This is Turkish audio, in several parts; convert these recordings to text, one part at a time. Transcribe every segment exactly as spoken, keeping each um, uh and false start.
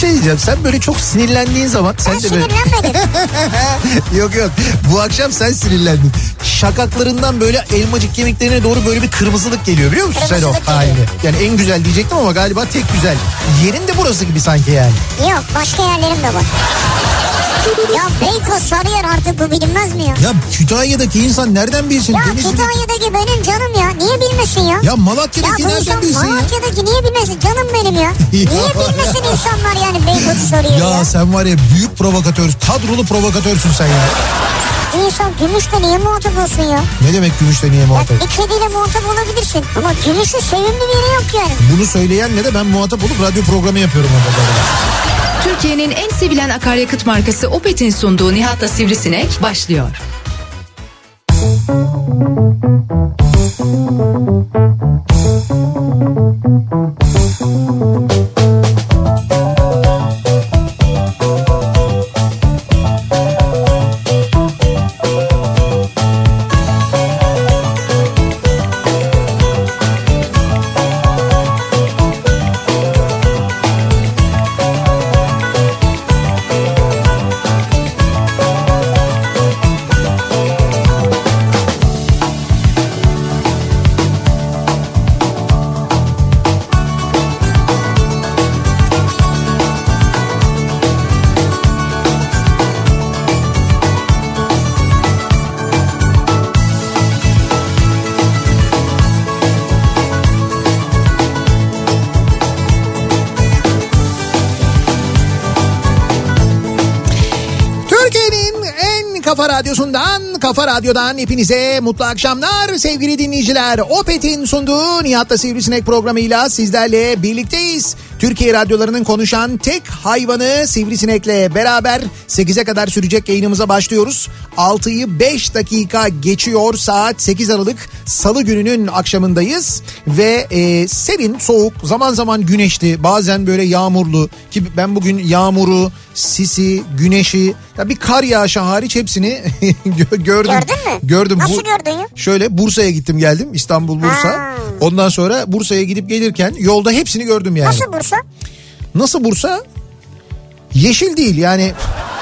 şey diyeceğim. Sen böyle çok sinirlendiğin zaman... Ben sen de sinirlenmedim. Böyle... yok yok. Bu akşam sen sinirlendin. Şakaklarından böyle elmacık kemiklerine doğru böyle bir kırmızılık geliyor, biliyor musun sen o halini? Yani en güzel diyecektim ama galiba tek güzel. Yerin de burası gibi sanki yani. Yok, başka yerlerim de var. Ya Beykoz, Sarıyer, artık bu bilinmez mi ya? Ya Kütahya'daki insan nereden bilsin? Ya Denizli... Kütahya'daki benim canım ya. Niye bilmesin ya? Ya Malatya'daki ya nereden bilsin ya? Malatya'daki niye bilmesin? Canım benim ya. Niye bilmesin insanlar yani Beykoz'u Sarıyer'i ya? Ya sen var ya büyük provokatör, kadrolu provokatörsün sen ya. İnsan gümüşle niye muhatap olsun ya? Ne demek gümüşle niye muhatap? Ya bir kediyle muhatap olabilirsin. Ama gümüşün sevimli bir yeri yok yani. Bunu söyleyenle de ben muhatap olup radyo programı yapıyorum orada. Türkiye'nin en sevilen akaryakıt markası Opet'in sunduğu Nihat'la Sivrisinek başlıyor. Kafa Radyosu'ndan, Kafa Radyo'dan hepinize mutlu akşamlar sevgili dinleyiciler. Opet'in sunduğu Nihat'la Sivrisinek programıyla sizlerle birlikteyiz. Türkiye radyolarının konuşan tek hayvanı Sivrisinek'le beraber sekize kadar sürecek yayınımıza başlıyoruz. altıyı beş dakika geçiyor, saat sekiz Aralık Salı gününün akşamındayız. Ve e, serin, soğuk, zaman zaman güneşli, bazen böyle yağmurlu, ki ben bugün yağmuru, sisi, güneşi, ya bir kar yağışı hariç hepsini gördüm. Gördün mü? Gördüm. Nasıl Bu, gördün ya? Şöyle Bursa'ya gittim geldim, İstanbul Bursa. Ha. Ondan sonra Bursa'ya gidip gelirken yolda hepsini gördüm yani. Nasıl Bursa? Nasıl Bursa? Yeşil değil yani.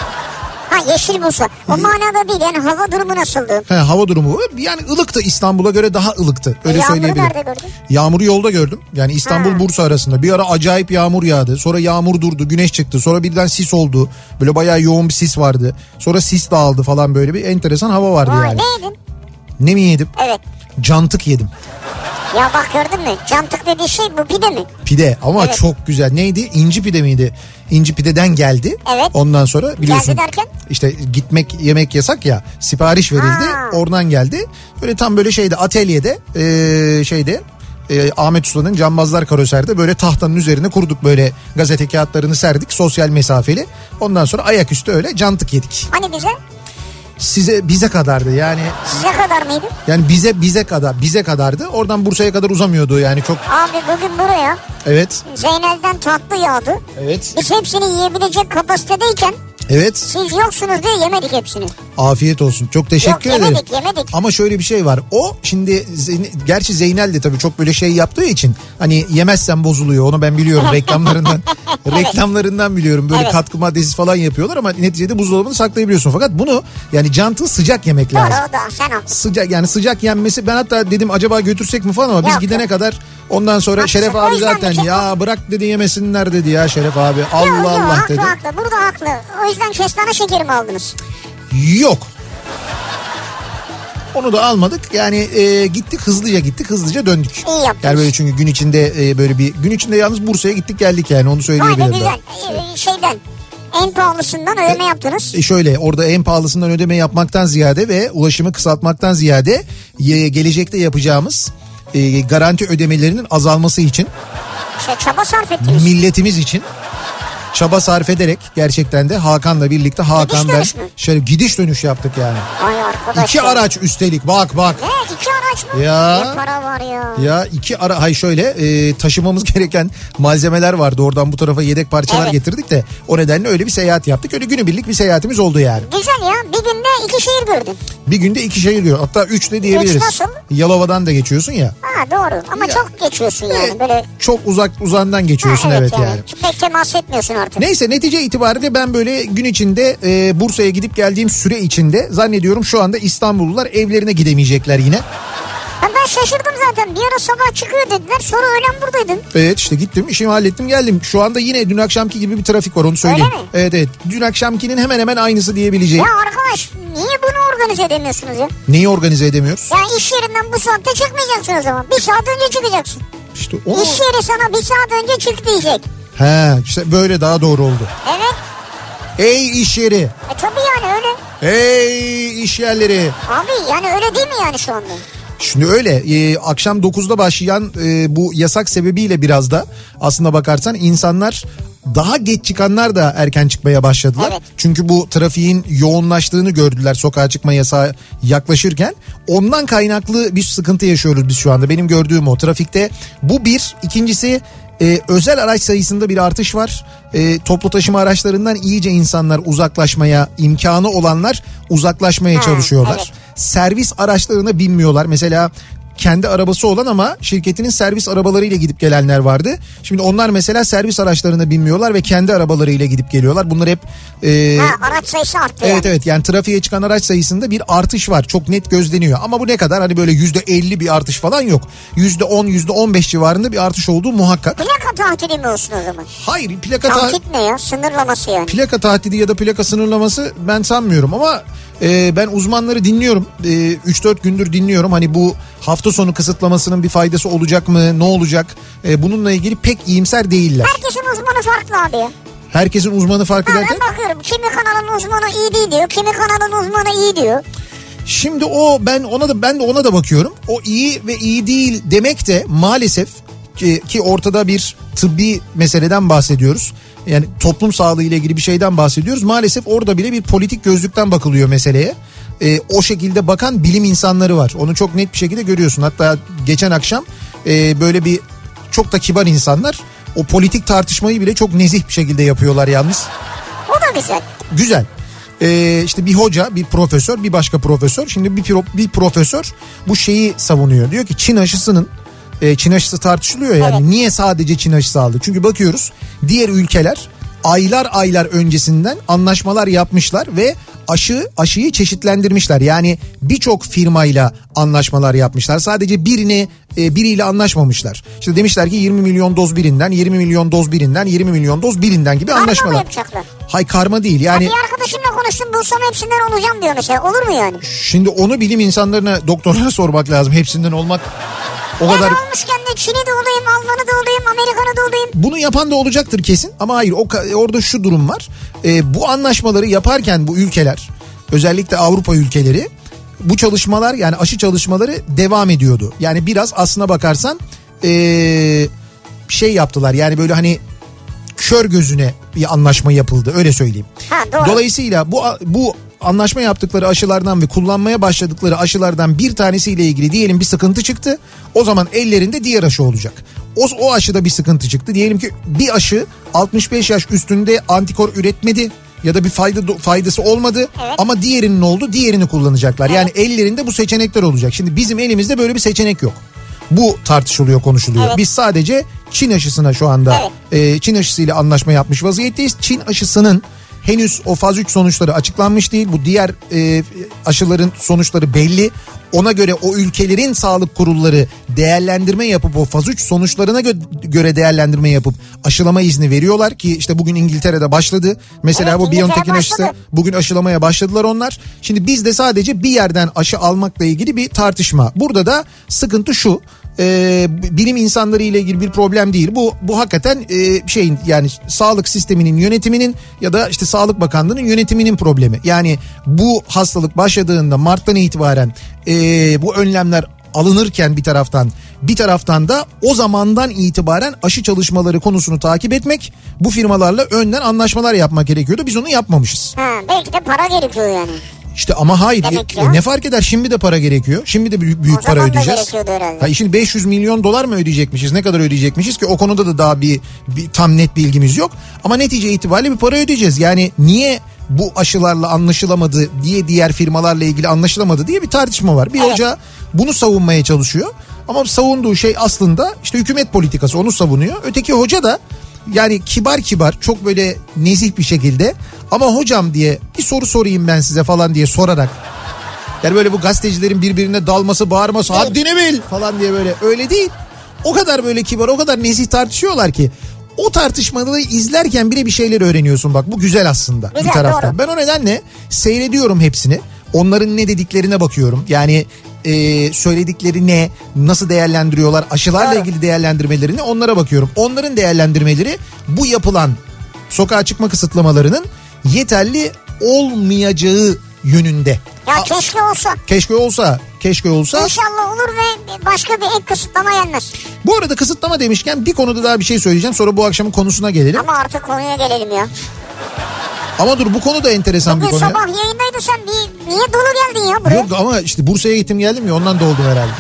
Ha, yeşil Bursa. O manada değil yani, hava durumu nasıldı? He, hava durumu yani ılıktı, İstanbul'a göre daha ılıktı. Öyle e, söyleyebilirim. Yağmuru nerede gördün? Yağmuru yolda gördüm. Yani İstanbul ha. Bursa arasında bir ara acayip yağmur yağdı. Sonra yağmur durdu, güneş çıktı. Sonra birden sis oldu. Böyle bayağı yoğun bir sis vardı. Sonra sis dağıldı falan, böyle bir enteresan hava vardı. Vay, yani. ne yedin? Ne mi yedim? Evet. Cantık yedim. Ya bak, gördün mü? Cantık dediği şey bu, pide mi? Pide ama evet. Çok güzel. Neydi? İnci pide miydi? İnci pideden geldi. Evet. Ondan sonra biliyorsun. Geldi derken? İşte gitmek yemek yasak ya. Sipariş verildi. Ha. Oradan geldi. Böyle tam böyle şeyde, atölyede ee, şeyde e, Ahmet Usta'nın Cambazlar Karoser'de böyle tahtanın üzerine kurduk, böyle gazete kağıtlarını serdik sosyal mesafeli. Ondan sonra ayaküstü öyle cantık yedik. Hani bize? Size bize kadardı yani. Size kadar mıydı? Yani bize bize kadar bize kadardı. Oradan Bursa'ya kadar uzamıyordu yani çok. Abi bugün buraya. Evet. Zeynel'den tatlı yağdı. Evet. Biz hepsini yiyebilecek kapasitedeyken. Evet. Siz yoksunuz diye yemedik hepsini. Afiyet olsun. Çok teşekkür Yok, ederim. yemedik yemedik. Ama şöyle bir şey var. O şimdi gerçi Zeynel de tabii çok böyle şey yaptığı için hani yemezsen bozuluyor. Onu ben biliyorum reklamlarından. Evet. Reklamlarından biliyorum. Böyle evet. Katkı maddesi falan yapıyorlar ama neticede buzdolabını saklayabiliyorsun. Fakat bunu yani cantığı sıcak yemek lazım. Doğru, o da sen haklısın. Sıcak, yani sıcak yenmesi, ben hatta dedim acaba götürsek mi falan ama biz yok, gidene yok. kadar ondan sonra haklısın. Şeref abi zaten ya bırak dedi, yemesinler dedi ya Şeref abi. Allah yok, Allah yok, dedi. Haklı haklı, burada haklı. O yüzden kestane şekeri mi aldınız? Yok. Onu da almadık. Yani e, gittik hızlıca gittik hızlıca döndük. İyi yaptınız. Yani böyle çünkü gün içinde e, böyle bir gün içinde yalnız Bursa'ya gittik geldik yani, onu söyleyebilirim. Vay be, güzel. Ee, şeyden en pahalısından ödeme e, yaptınız. E şöyle orada en pahalısından ödeme yapmaktan ziyade ve ulaşımı kısaltmaktan ziyade e, gelecekte yapacağımız e, garanti ödemelerinin azalması için. İşte çaba sarf ettiniz. Milletimiz için. Çaba sarf ederek gerçekten de Hakan'la birlikte Hakan'dan şöyle gidiş dönüş yaptık yani. Ay arkadaş. İki ya. Araç üstelik bak bak. Ne iki araç mı? Ya. Ne para var ya. Ya iki ara hay şöyle e, taşımamız gereken malzemeler vardı. Oradan bu tarafa yedek parçalar evet. getirdik de o nedenle öyle bir seyahat yaptık. Öyle günübirlik bir seyahatimiz oldu yani. Güzel ya. bir günde iki şehir gördün. Bir günde iki şehir diyor. Hatta üç de diyebiliriz. Üç nasıl? Yalova'dan da geçiyorsun ya. Ha doğru ama ya, çok geçiyorsun yani e, böyle. Çok uzak uzağından geçiyorsun ha, evet, evet yani. yani. Pek temas etmiyorsun artık. Neyse netice itibariyle ben böyle gün içinde e, Bursa'ya gidip geldiğim süre içinde zannediyorum şu anda İstanbullular evlerine gidemeyecekler yine. Ben şaşırdım zaten. Bir ara sabah çıkıyor dediler. Sonra öğlen buradaydın. Evet işte gittim işimi hallettim geldim. Şu anda yine dün akşamki gibi bir trafik var onu söyleyeyim. Öyle mi? Evet evet. Dün akşamkinin hemen hemen aynısı diyebileceğim. Ya arkadaş niye bunu organize edemiyorsunuz ya? Neyi organize edemiyoruz? Ya iş yerinden bu saatte çıkmayacaksın o zaman. Bir saat önce çıkacaksın. İşte o... İş yeri sana bir saat önce çık diyecek. He işte böyle daha doğru oldu. Evet. Ey iş yeri. E tabii yani öyle. Ey iş yerleri. Abi yani öyle değil mi yani şu anda? Şimdi öyle e, akşam dokuzda başlayan e, bu yasak sebebiyle biraz da aslında bakarsan insanlar daha geç çıkanlar da erken çıkmaya başladılar. Evet. Çünkü bu trafiğin yoğunlaştığını gördüler sokağa çıkma yasağı yaklaşırken. Ondan kaynaklı bir sıkıntı yaşıyoruz biz şu anda. Benim gördüğüm o trafikte. Bu bir. İkincisi e, özel araç sayısında bir artış var. E, toplu taşıma araçlarından iyice insanlar uzaklaşmaya, imkanı olanlar uzaklaşmaya ha, çalışıyorlar. Evet. Servis araçlarına binmiyorlar. Mesela kendi arabası olan ama şirketinin servis arabalarıyla gidip gelenler vardı. Şimdi onlar mesela servis araçlarına binmiyorlar ve kendi arabalarıyla gidip geliyorlar. Bunlar hep... E, ha, araç sayısı arttı. Evet yani. evet yani trafiğe çıkan araç sayısında bir artış var. Çok net gözleniyor. Ama bu ne kadar? Hani böyle yüzde elli bir artış falan yok. yüzde on, yüzde on beş civarında bir artış olduğu muhakkak. Plaka tahtili mi olsun o zaman? Hayır plaka tahtili... Tahtit ne ya? Sınırlaması yani. Plaka tahtili ya da plaka sınırlaması ben sanmıyorum ama... Ee, ben uzmanları dinliyorum. Ee, üç dört gündür dinliyorum. Hani bu hafta sonu kısıtlamasının bir faydası olacak mı? Ne olacak? Ee, bununla ilgili pek iyimser değiller. Herkesin uzmanı farklı abi ya. Herkesin uzmanı farklı ha, derken? Ben bakıyorum. Kimi kanalın uzmanı iyi değil diyor. Kimi kanalın uzmanı iyi diyor. Şimdi o ben ona da ben de ona da bakıyorum. O iyi ve iyi değil demek de maalesef ki, ki ortada bir tıbbi meseleden bahsediyoruz. Yani toplum sağlığı ile ilgili bir şeyden bahsediyoruz. Maalesef orada bile bir politik gözlükten bakılıyor meseleye. Ee, o şekilde bakan bilim insanları var. Onu çok net bir şekilde görüyorsun. Hatta geçen akşam e, böyle bir çok da kibar insanlar o politik tartışmayı bile çok nezih bir şekilde yapıyorlar yalnız. O da güzel. Güzel. Ee, işte bir hoca, bir profesör, bir başka profesör. Şimdi bir, bir profesör bu şeyi savunuyor. Diyor ki Çin aşısının Çin aşısı tartışılıyor yani. Evet. Niye sadece Çin aşısı aldı? Çünkü bakıyoruz diğer ülkeler aylar aylar öncesinden anlaşmalar yapmışlar ve aşı aşıyı çeşitlendirmişler. Yani birçok firmayla anlaşmalar yapmışlar. Sadece birini biriyle anlaşmamışlar. İşte demişler ki yirmi milyon doz birinden, yirmi milyon doz birinden, yirmi milyon doz birinden gibi karma anlaşmalar. Karma yapacaklar? Hay karma değil yani. Ya bir arkadaşımla konuştum bulsam hepsinden olacağım diyor mesela. Olur mu yani? Şimdi onu bilim insanlarına, doktorlara sormak lazım. Hepsinden olmak o ben kadar... olmuşken de Çin'i de olayım, Alman'ı da olayım, Amerikan'ı da olayım. Bunu yapan da olacaktır kesin ama hayır o, orada şu durum var. Ee, bu anlaşmaları yaparken bu ülkeler, özellikle Avrupa ülkeleri, bu çalışmalar yani aşı çalışmaları devam ediyordu. Yani biraz aslına bakarsan ee, şey yaptılar yani böyle hani kör gözüne bir anlaşma yapıldı öyle söyleyeyim. Ha, doğru. Dolayısıyla bu bu anlaşma yaptıkları aşılardan ve kullanmaya başladıkları aşılardan bir tanesiyle ilgili diyelim bir sıkıntı çıktı. O zaman ellerinde diğer aşı olacak. O, o aşıda bir sıkıntı çıktı. Diyelim ki bir aşı altmış beş yaş üstünde antikor üretmedi ya da bir fayda faydası olmadı. Evet. Ama diğerinin oldu, diğerini kullanacaklar. Evet. Yani ellerinde bu seçenekler olacak. Şimdi bizim elimizde böyle bir seçenek yok. Bu tartışılıyor, konuşuluyor. Evet. Biz sadece Çin aşısına şu anda evet. e, Çin aşısıyla anlaşma yapmış vaziyetteyiz. Çin aşısının henüz o faz üç sonuçları açıklanmış değil. Bu diğer e, aşıların sonuçları belli. Ona göre o ülkelerin sağlık kurulları değerlendirme yapıp o faz üç sonuçlarına gö- göre değerlendirme yapıp aşılama izni veriyorlar ki işte bugün İngiltere'de başladı. Mesela evet, bu BioNTech'in aşısı bugün aşılamaya başladılar onlar. Şimdi bizde sadece bir yerden aşı almakla ilgili bir tartışma. Burada da sıkıntı şu. Ee, bilim insanları ile ilgili bir problem değil. Bu bu hakikaten e, şeyin yani sağlık sisteminin yönetiminin ya da işte Sağlık Bakanlığı'nın yönetiminin problemi. Yani bu hastalık başladığında Mart'tan itibaren e, bu önlemler alınırken bir taraftan bir taraftan da o zamandan itibaren aşı çalışmaları konusunu takip etmek, bu firmalarla önden anlaşmalar yapmak gerekiyordu. Biz onu yapmamışız. Ha, belki de para gerekiyor yani. İşte ama hayır e, ne fark eder, şimdi de para gerekiyor, şimdi de büyük, büyük para ödeyeceğiz. Ha, şimdi beş yüz milyon dolar mı ödeyecekmişiz, ne kadar ödeyecekmişiz ki o konuda da daha bir, bir tam net bilgimiz yok. Ama netice itibariyle bir para ödeyeceğiz. Yani niye bu aşılarla anlaşılamadı diye diğer firmalarla ilgili anlaşılamadı diye bir tartışma var. Bir evet. hoca bunu savunmaya çalışıyor ama savunduğu şey aslında işte hükümet politikası, onu savunuyor. Öteki hoca da yani kibar kibar çok böyle nezih bir şekilde ama hocam diye bir soru sorayım ben size falan diye sorarak, yani böyle bu gazetecilerin birbirine dalması, bağırması, haddini bil falan diye, böyle öyle değil. O kadar böyle kibar, o kadar nezih tartışıyorlar ki o tartışmaları izlerken bile bir şeyler öğreniyorsun. Bak bu güzel aslında güzel, bir taraftan. Doğru. Ben o nedenle seyrediyorum hepsini. Onların ne dediklerine bakıyorum. Yani e, söyledikleri ne, nasıl değerlendiriyorlar, aşılarla doğru. ilgili değerlendirmelerini, onlara bakıyorum. Onların değerlendirmeleri bu yapılan sokağa çıkma kısıtlamalarının yeterli olmayacağı yönünde. Ya A- keşke olsa. Keşke olsa. Keşke olsa. İnşallah olur ve başka bir ek kısıtlama gelmez. Bu arada kısıtlama demişken bir konuda daha bir şey söyleyeceğim. Sonra bu akşamın konusuna gelelim. Ama artık konuya gelelim ya. Ama dur, bu konu da enteresan Bugün bir konu. Bugün sabah yayındaydın sen. Niye, niye dolu geldin ya buraya? Yok ama işte Bursa'ya gittim geldim ya, ondan doldum herhalde.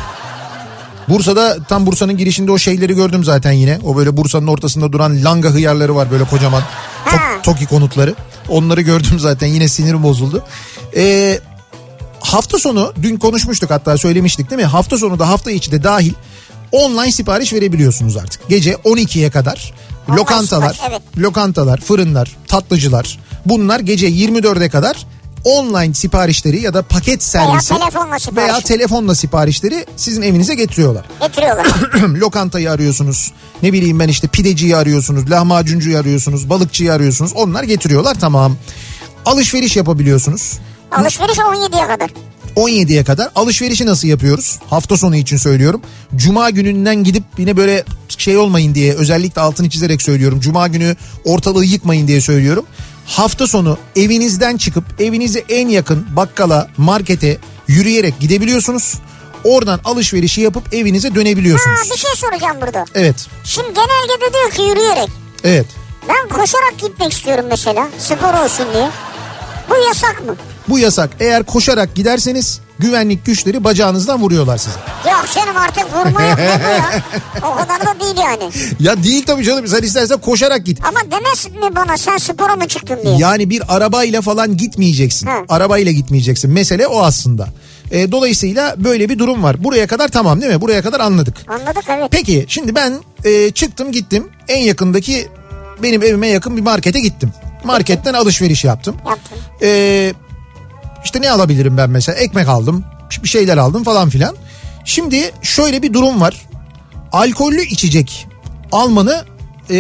Bursa'da tam Bursa'nın girişinde o şeyleri gördüm zaten yine. O böyle Bursa'nın ortasında duran langa hıyarları var böyle kocaman. Tok, TOKİ konutları. Onları gördüm zaten, yine sinirim bozuldu. Eee... Hafta sonu dün konuşmuştuk, hatta söylemiştik değil mi? Hafta sonu da hafta içi de dahil online sipariş verebiliyorsunuz artık. Gece on ikiye kadar online lokantalar, sipariş, evet. lokantalar, fırınlar, tatlıcılar, bunlar gece yirmi dörde kadar online siparişleri ya da paket servisi veya telefonla, sipariş. veya telefonla siparişleri sizin evinize getiriyorlar. Getiriyorlar. Lokantayı arıyorsunuz, ne bileyim ben işte pideciyi arıyorsunuz, lahmacuncuyu arıyorsunuz, balıkçıyı arıyorsunuz, onlar getiriyorlar, tamam. Alışveriş yapabiliyorsunuz. Alışveriş on yediye kadar. on yediye kadar. Alışverişi nasıl yapıyoruz? Hafta sonu için söylüyorum. Cuma gününden gidip yine böyle şey olmayın diye, özellikle altını çizerek söylüyorum. Cuma günü ortalığı yıkmayın diye söylüyorum. Hafta sonu evinizden çıkıp evinize en yakın bakkala, markete yürüyerek gidebiliyorsunuz. Oradan alışverişi yapıp evinize dönebiliyorsunuz. Ha, bir şey soracağım burada. Evet. Şimdi genelgede diyor ki yürüyerek. Evet. Ben koşarak gitmek istiyorum mesela, spor olsun diye. Bu yasak mı? Bu yasak. Eğer koşarak giderseniz güvenlik güçleri bacağınızdan vuruyorlar size. Yok canım, artık vurma yok, ne bu ya? O kadar da değil yani. Ya değil tabii canım, sen istersen koşarak git. Ama demez mi bana sen spora mı çıktın diye? Yani bir arabayla falan gitmeyeceksin. Hı. Arabayla gitmeyeceksin. Mesele o aslında. E, dolayısıyla böyle bir durum var. Buraya kadar tamam değil mi? Buraya kadar anladık. Anladık, evet. Peki şimdi ben e, çıktım gittim. En yakındaki, benim evime yakın bir markete gittim. Marketten alışveriş yaptım. Yaptım. Eee... İşte ne alabilirim ben mesela? Ekmek aldım, bir şeyler aldım falan filan. Şimdi şöyle bir durum var. Alkollü içecek almanı, e,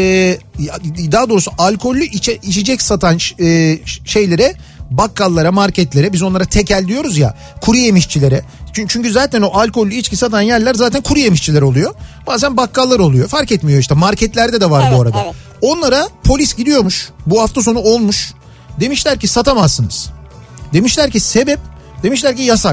daha doğrusu alkollü içe, içecek satan e, şeylere, bakkallara, marketlere, biz onlara tekel diyoruz ya, kuru yemişçilere. Çünkü, çünkü zaten o alkollü içki satan yerler zaten kuru yemişçiler oluyor. Bazen bakkallar oluyor, fark etmiyor işte, marketlerde de var evet, bu arada. Evet. Onlara polis gidiyormuş, bu hafta sonu olmuş. Demişler ki satamazsınız. Demişler ki sebep, demişler ki yasak.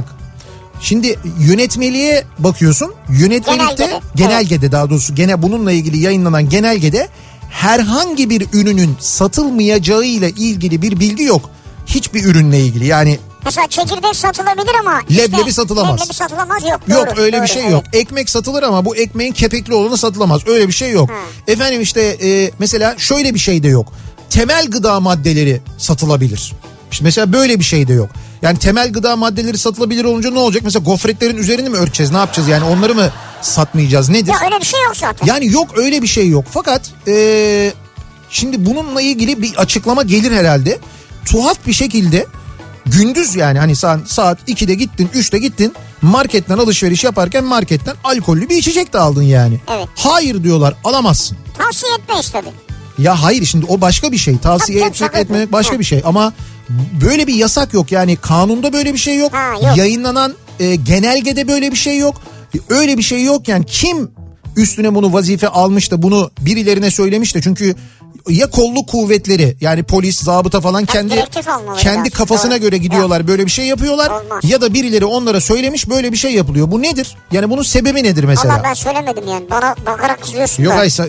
Şimdi yönetmeliğe bakıyorsun. Yönetmelikte, genelgede, genelgede daha doğrusu gene bununla ilgili yayınlanan genelgede herhangi bir ürünün satılmayacağı ile ilgili bir bilgi yok. Hiçbir ürünle ilgili yani. Mesela çekirdek satılabilir ama leblebi işte, satılamaz. Leblebi satılamaz yok. Yok doğru, öyle doğru, bir şey evet. yok. Ekmek satılır ama bu ekmeğin kepekli olanı satılamaz. Öyle bir şey yok. Hmm. Efendim işte e, mesela şöyle bir şey de yok. Temel gıda maddeleri satılabilir. İşte mesela böyle bir şey de yok. Yani temel gıda maddeleri satılabilir olunca ne olacak? Mesela gofretlerin üzerini mi örteceğiz? Ne yapacağız? Yani onları mı satmayacağız? Nedir? Ya öyle bir şey yok zaten. Yani yok, öyle bir şey yok. Fakat ee, şimdi bununla ilgili bir açıklama gelir herhalde. Tuhaf bir şekilde gündüz, yani hani saat, saat ikide gittin, üçte gittin, marketten alışveriş yaparken marketten alkollü bir içecek de aldın yani. Evet. Hayır diyorlar, alamazsın. Tavsiye etmeyiz tabii. Ya hayır, şimdi o başka bir şey. Tavsiye tabii, etmek tabii, etmemek başka tabii. bir şey. Ama böyle bir yasak yok. Yani kanunda böyle bir şey yok. Ha, yok. Yayınlanan e, genelgede böyle bir şey yok. Öyle bir şey yok yani. Kim üstüne bunu vazife almış da bunu birilerine söylemiş de, çünkü ya kolluk kuvvetleri, yani polis, zabıta falan kendi kendi kafasına Doğru. göre gidiyorlar, yok. Böyle bir şey yapıyorlar. Olmaz. Ya da birileri onlara söylemiş, böyle bir şey yapılıyor. Bu nedir? Yani bunun sebebi nedir mesela? Ama ben söylemedim yani. Bana bakarak kızıyorsun. Yok da. hayır.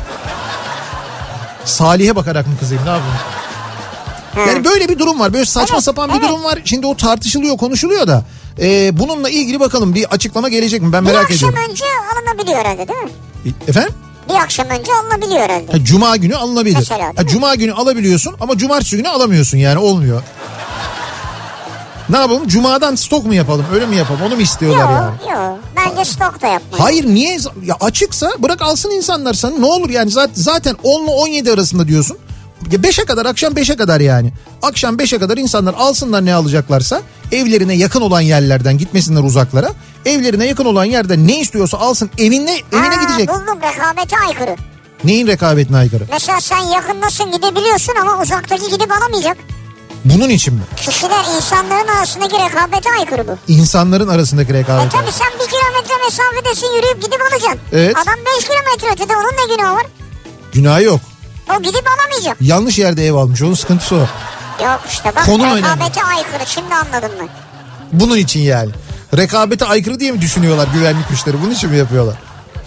Salih'e bakarak mı kızayım, ne yapayım? Hmm. Yani böyle bir durum var. Böyle saçma evet, sapan bir evet. durum var. Şimdi o tartışılıyor, konuşuluyor da. E, bununla ilgili bakalım bir açıklama gelecek mi? Ben bir merak ediyorum. Bir akşam önce alınabiliyor herhalde değil mi? Efendim? Bir akşam önce alınabiliyor herhalde. Ha, Cuma günü alınabilir. Mesela, ha, Cuma günü alabiliyorsun ama cumartesi günü alamıyorsun yani, olmuyor. Ne yapalım? Cuma'dan stok mu yapalım? Öyle mi yapalım? Onu mu istiyorlar yok, yani? Yok yok. Bence stok da yapmayın. Hayır, niye? Ya açıksa bırak alsın insanlar sana. Ne olur yani, zaten on ile on yedi arasında diyorsun. beşe kadar, akşam beşe kadar yani. Akşam beşe kadar insanlar alsınlar ne alacaklarsa. Evlerine yakın olan yerlerden gitmesinler uzaklara. Evlerine yakın olan yerden ne istiyorsa alsın, evine, evine ha, gidecek. Buldum, rekabete aykırı. Neyin rekabetine aykırı? Mesela sen yakındasın, gidebiliyorsun ama uzaktaki gidip alamayacak. Bunun için mi? Kişiler, insanların arasındaki rekabete aykırı bu. İnsanların arasındaki rekabet. E tabii sen bir kilometre mesafedesin, yürüyüp gidip alacaksın. Evet. Adam beş kilometre ötede, onun ne günahı var? Günahı yok. O gidip alamayacak. Yanlış yerde ev almış, onun sıkıntısı o. Yok işte bak, Konu rekabete önemli. Aykırı, şimdi anladın mı? Bunun için yani. Rekabete aykırı diye mi düşünüyorlar güvenlik güçleri? Bunun için mi yapıyorlar?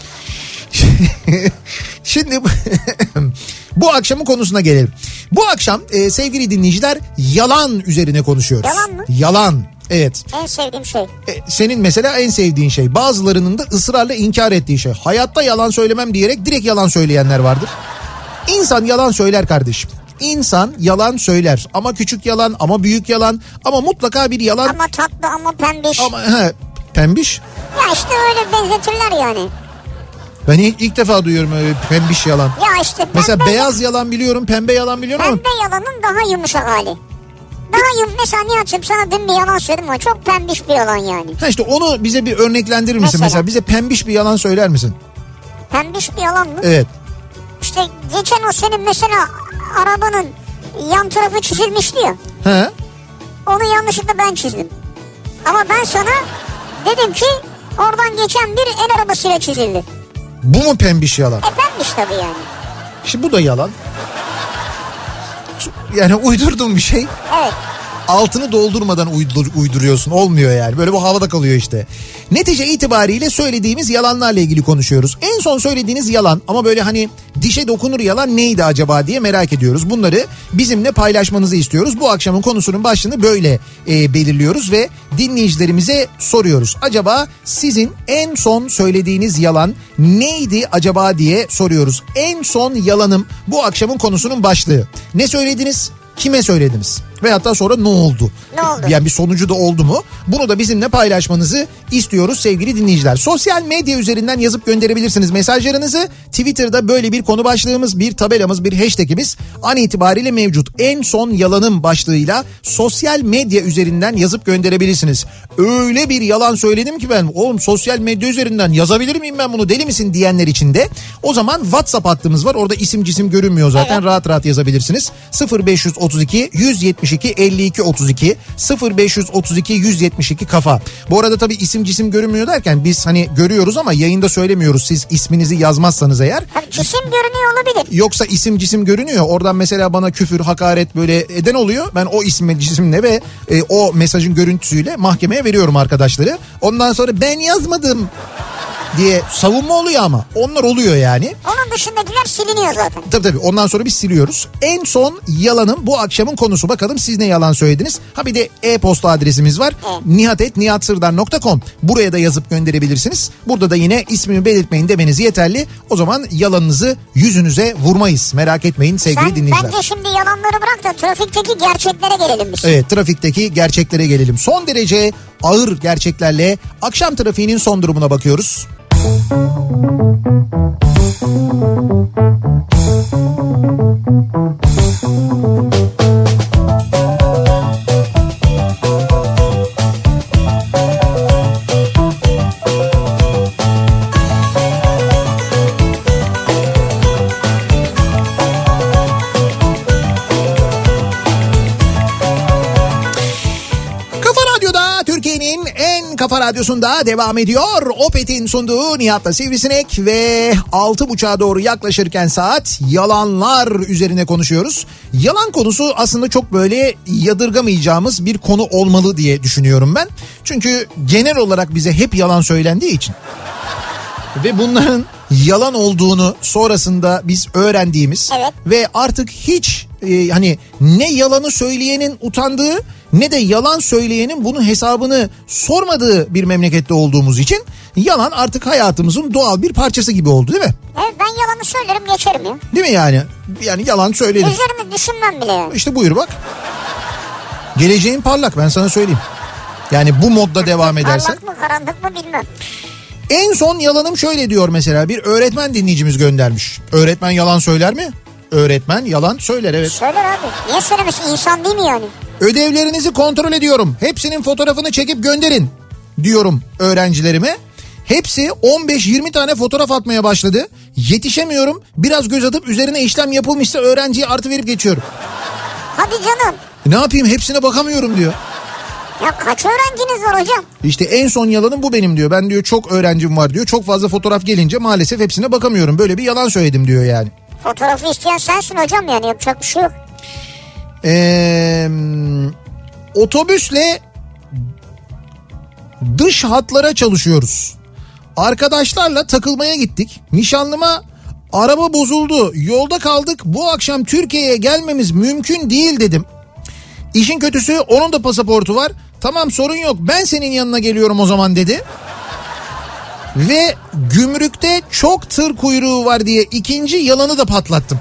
Şimdi bu akşamın konusuna gelelim. Bu akşam e, sevgili dinleyiciler, yalan üzerine konuşuyoruz. Yalan mı? Yalan. Evet. En sevdiğim şey. E, senin mesela en sevdiğin şey. Bazılarının da ısrarla inkar ettiği şey. Hayatta yalan söylemem diyerek direkt yalan söyleyenler vardır. İnsan yalan söyler kardeşim. İnsan yalan söyler. Ama küçük yalan, ama büyük yalan, ama mutlaka bir yalan. Ama tatlı, ama pembiş. Ama he, pembiş. Ya işte öyle benzetirler yani. Ben ilk, ilk defa duyuyorum öyle pembiş yalan. Ya işte pembe. Mesela beyaz yalan biliyorum, pembe yalan biliyorum ama. Pembe yalanın daha yumuşak hali. Daha yum. Mesela Nihat'cığım, sana dün bir yalan söyledim ama çok pembiş bir yalan yani. Ha işte onu bize bir örneklendirir misin? Mesela, mesela bize pembiş bir yalan söyler misin? Pembiş bir yalan mı? Evet. İşte geçen o senin mesela arabanın yan tarafı çizilmişti ya. He. Onu yanlışlıkla ben çizdim. Ama ben sana dedim ki oradan geçen bir el arabasıyla çizildi. Bu mu pembiş yalan? E pembiş tabii yani. Şimdi bu da yalan. Yani uydurduğum bir şey. Evet. Altını doldurmadan uydur, uyduruyorsun. Olmuyor yani. Böyle bu havada kalıyor işte. Netice itibariyle söylediğimiz yalanlarla ilgili konuşuyoruz. En son söylediğiniz yalan, ama böyle hani dişe dokunur yalan neydi acaba diye merak ediyoruz. Bunları bizimle paylaşmanızı istiyoruz. Bu akşamın konusunun başlığını böyle e, belirliyoruz ve dinleyicilerimize soruyoruz. Acaba sizin en son söylediğiniz yalan neydi acaba diye soruyoruz. En son yalanım bu akşamın konusunun başlığı. Ne söylediniz? Kime söylediniz? Ve hatta sonra ne oldu? Ne oldu? Yani bir sonucu da oldu mu? Bunu da bizimle paylaşmanızı istiyoruz sevgili dinleyiciler. Sosyal medya üzerinden yazıp gönderebilirsiniz mesajlarınızı. Twitter'da böyle bir konu başlığımız, bir tabelamız, bir hashtagimiz an itibariyle mevcut. En son yalanım başlığıyla sosyal medya üzerinden yazıp gönderebilirsiniz. Öyle bir yalan söyledim ki ben, oğlum sosyal medya üzerinden yazabilir miyim ben bunu, deli misin diyenler için de o zaman WhatsApp hattımız var. Orada isim cisim görünmüyor zaten, evet. Rahat rahat yazabilirsiniz. sıfır beş otuz iki yüz yetmiş iki elli iki otuz iki sıfır beş otuz iki yüz yetmiş iki kafa. Bu arada tabii isim cisim görünmüyor derken biz hani görüyoruz ama yayında söylemiyoruz. Siz isminizi yazmazsanız eğer. Tabii cisim görünüyor olabilir. Yoksa isim cisim görünüyor. Oradan mesela bana küfür, hakaret böyle eden oluyor. Ben o ismi cisimle ve e, o mesajın görüntüsüyle mahkemeye veriyorum arkadaşları. Ondan sonra ben yazmadım diye savunma oluyor ama onlar oluyor yani. Onun dışındakiler siliniyor zaten. Tabii tabii, ondan sonra biz siliyoruz. En son yalanım bu akşamın konusu. Bakalım siz ne yalan söylediniz? Ha bir de e-posta adresimiz var. Evet. nihat et nihat sırdar nokta com. Buraya da yazıp gönderebilirsiniz. Burada da yine ismimi belirtmeyin demeniz yeterli. O zaman yalanınızı yüzünüze vurmayız. Merak etmeyin sevgili Sen, dinleyiciler. Bence şimdi yalanları bırak da trafikteki gerçeklere gelelim biz. Evet, trafikteki gerçeklere gelelim. Son derece ağır gerçeklerle akşam trafiğinin son durumuna bakıyoruz. Kafa Radyosu'nda devam ediyor. Opet'in sunduğu Nihat'la Sivrisinek ve altı buçuğa doğru yaklaşırken saat yalanlar üzerine konuşuyoruz. Yalan konusu aslında çok böyle yadırgamayacağımız bir konu olmalı diye düşünüyorum ben. Çünkü genel olarak bize hep yalan söylendiği için ve bunların yalan olduğunu sonrasında biz öğrendiğimiz, evet. Ve artık hiç e, hani ne yalanı söyleyenin utandığı ne de yalan söyleyenin bunun hesabını sormadığı bir memlekette olduğumuz için yalan artık hayatımızın doğal bir parçası gibi oldu, değil mi? Evet, ben yalanı söylerim geçerim ya. Değil mi yani? Yani yalan söylenir. Üzerine düşünmem bile ya. İşte buyur bak. Geleceğin parlak, ben sana söyleyeyim. Yani bu modda devam edersen. Parlak mı karanlık mı bilmem. En son yalanım şöyle diyor mesela, bir öğretmen dinleyicimiz göndermiş. Öğretmen yalan söyler mi? Öğretmen yalan söyler, evet. Söyler abi. Niye söylemiş? İnsan değil mi yani? Ödevlerinizi kontrol ediyorum. Hepsinin fotoğrafını çekip gönderin diyorum öğrencilerime. Hepsi on beş yirmi tane fotoğraf atmaya başladı. Yetişemiyorum. Biraz göz atıp üzerine işlem yapılmışsa öğrenciye artı verip geçiyorum. Hadi canım. Ne yapayım, hepsine bakamıyorum diyor. Ya kaç öğrenciniz var hocam? İşte en son yalanım bu benim diyor. Ben diyor çok öğrencim var diyor. Çok fazla fotoğraf gelince maalesef hepsine bakamıyorum. Böyle bir yalan söyledim diyor yani. Fotoğrafı isteyen sensin hocam, yani yapacak bir şey yok. Ee, otobüsle dış hatlara çalışıyoruz. Arkadaşlarla takılmaya gittik. Nişanlıma araba bozuldu, yolda kaldık, bu akşam Türkiye'ye gelmemiz mümkün değil dedim. İşin kötüsü onun da pasaportu var. Tamam, sorun yok, ben senin yanına geliyorum o zaman dedi. Ve gümrükte çok tır kuyruğu var diye ikinci yalanı da patlattım.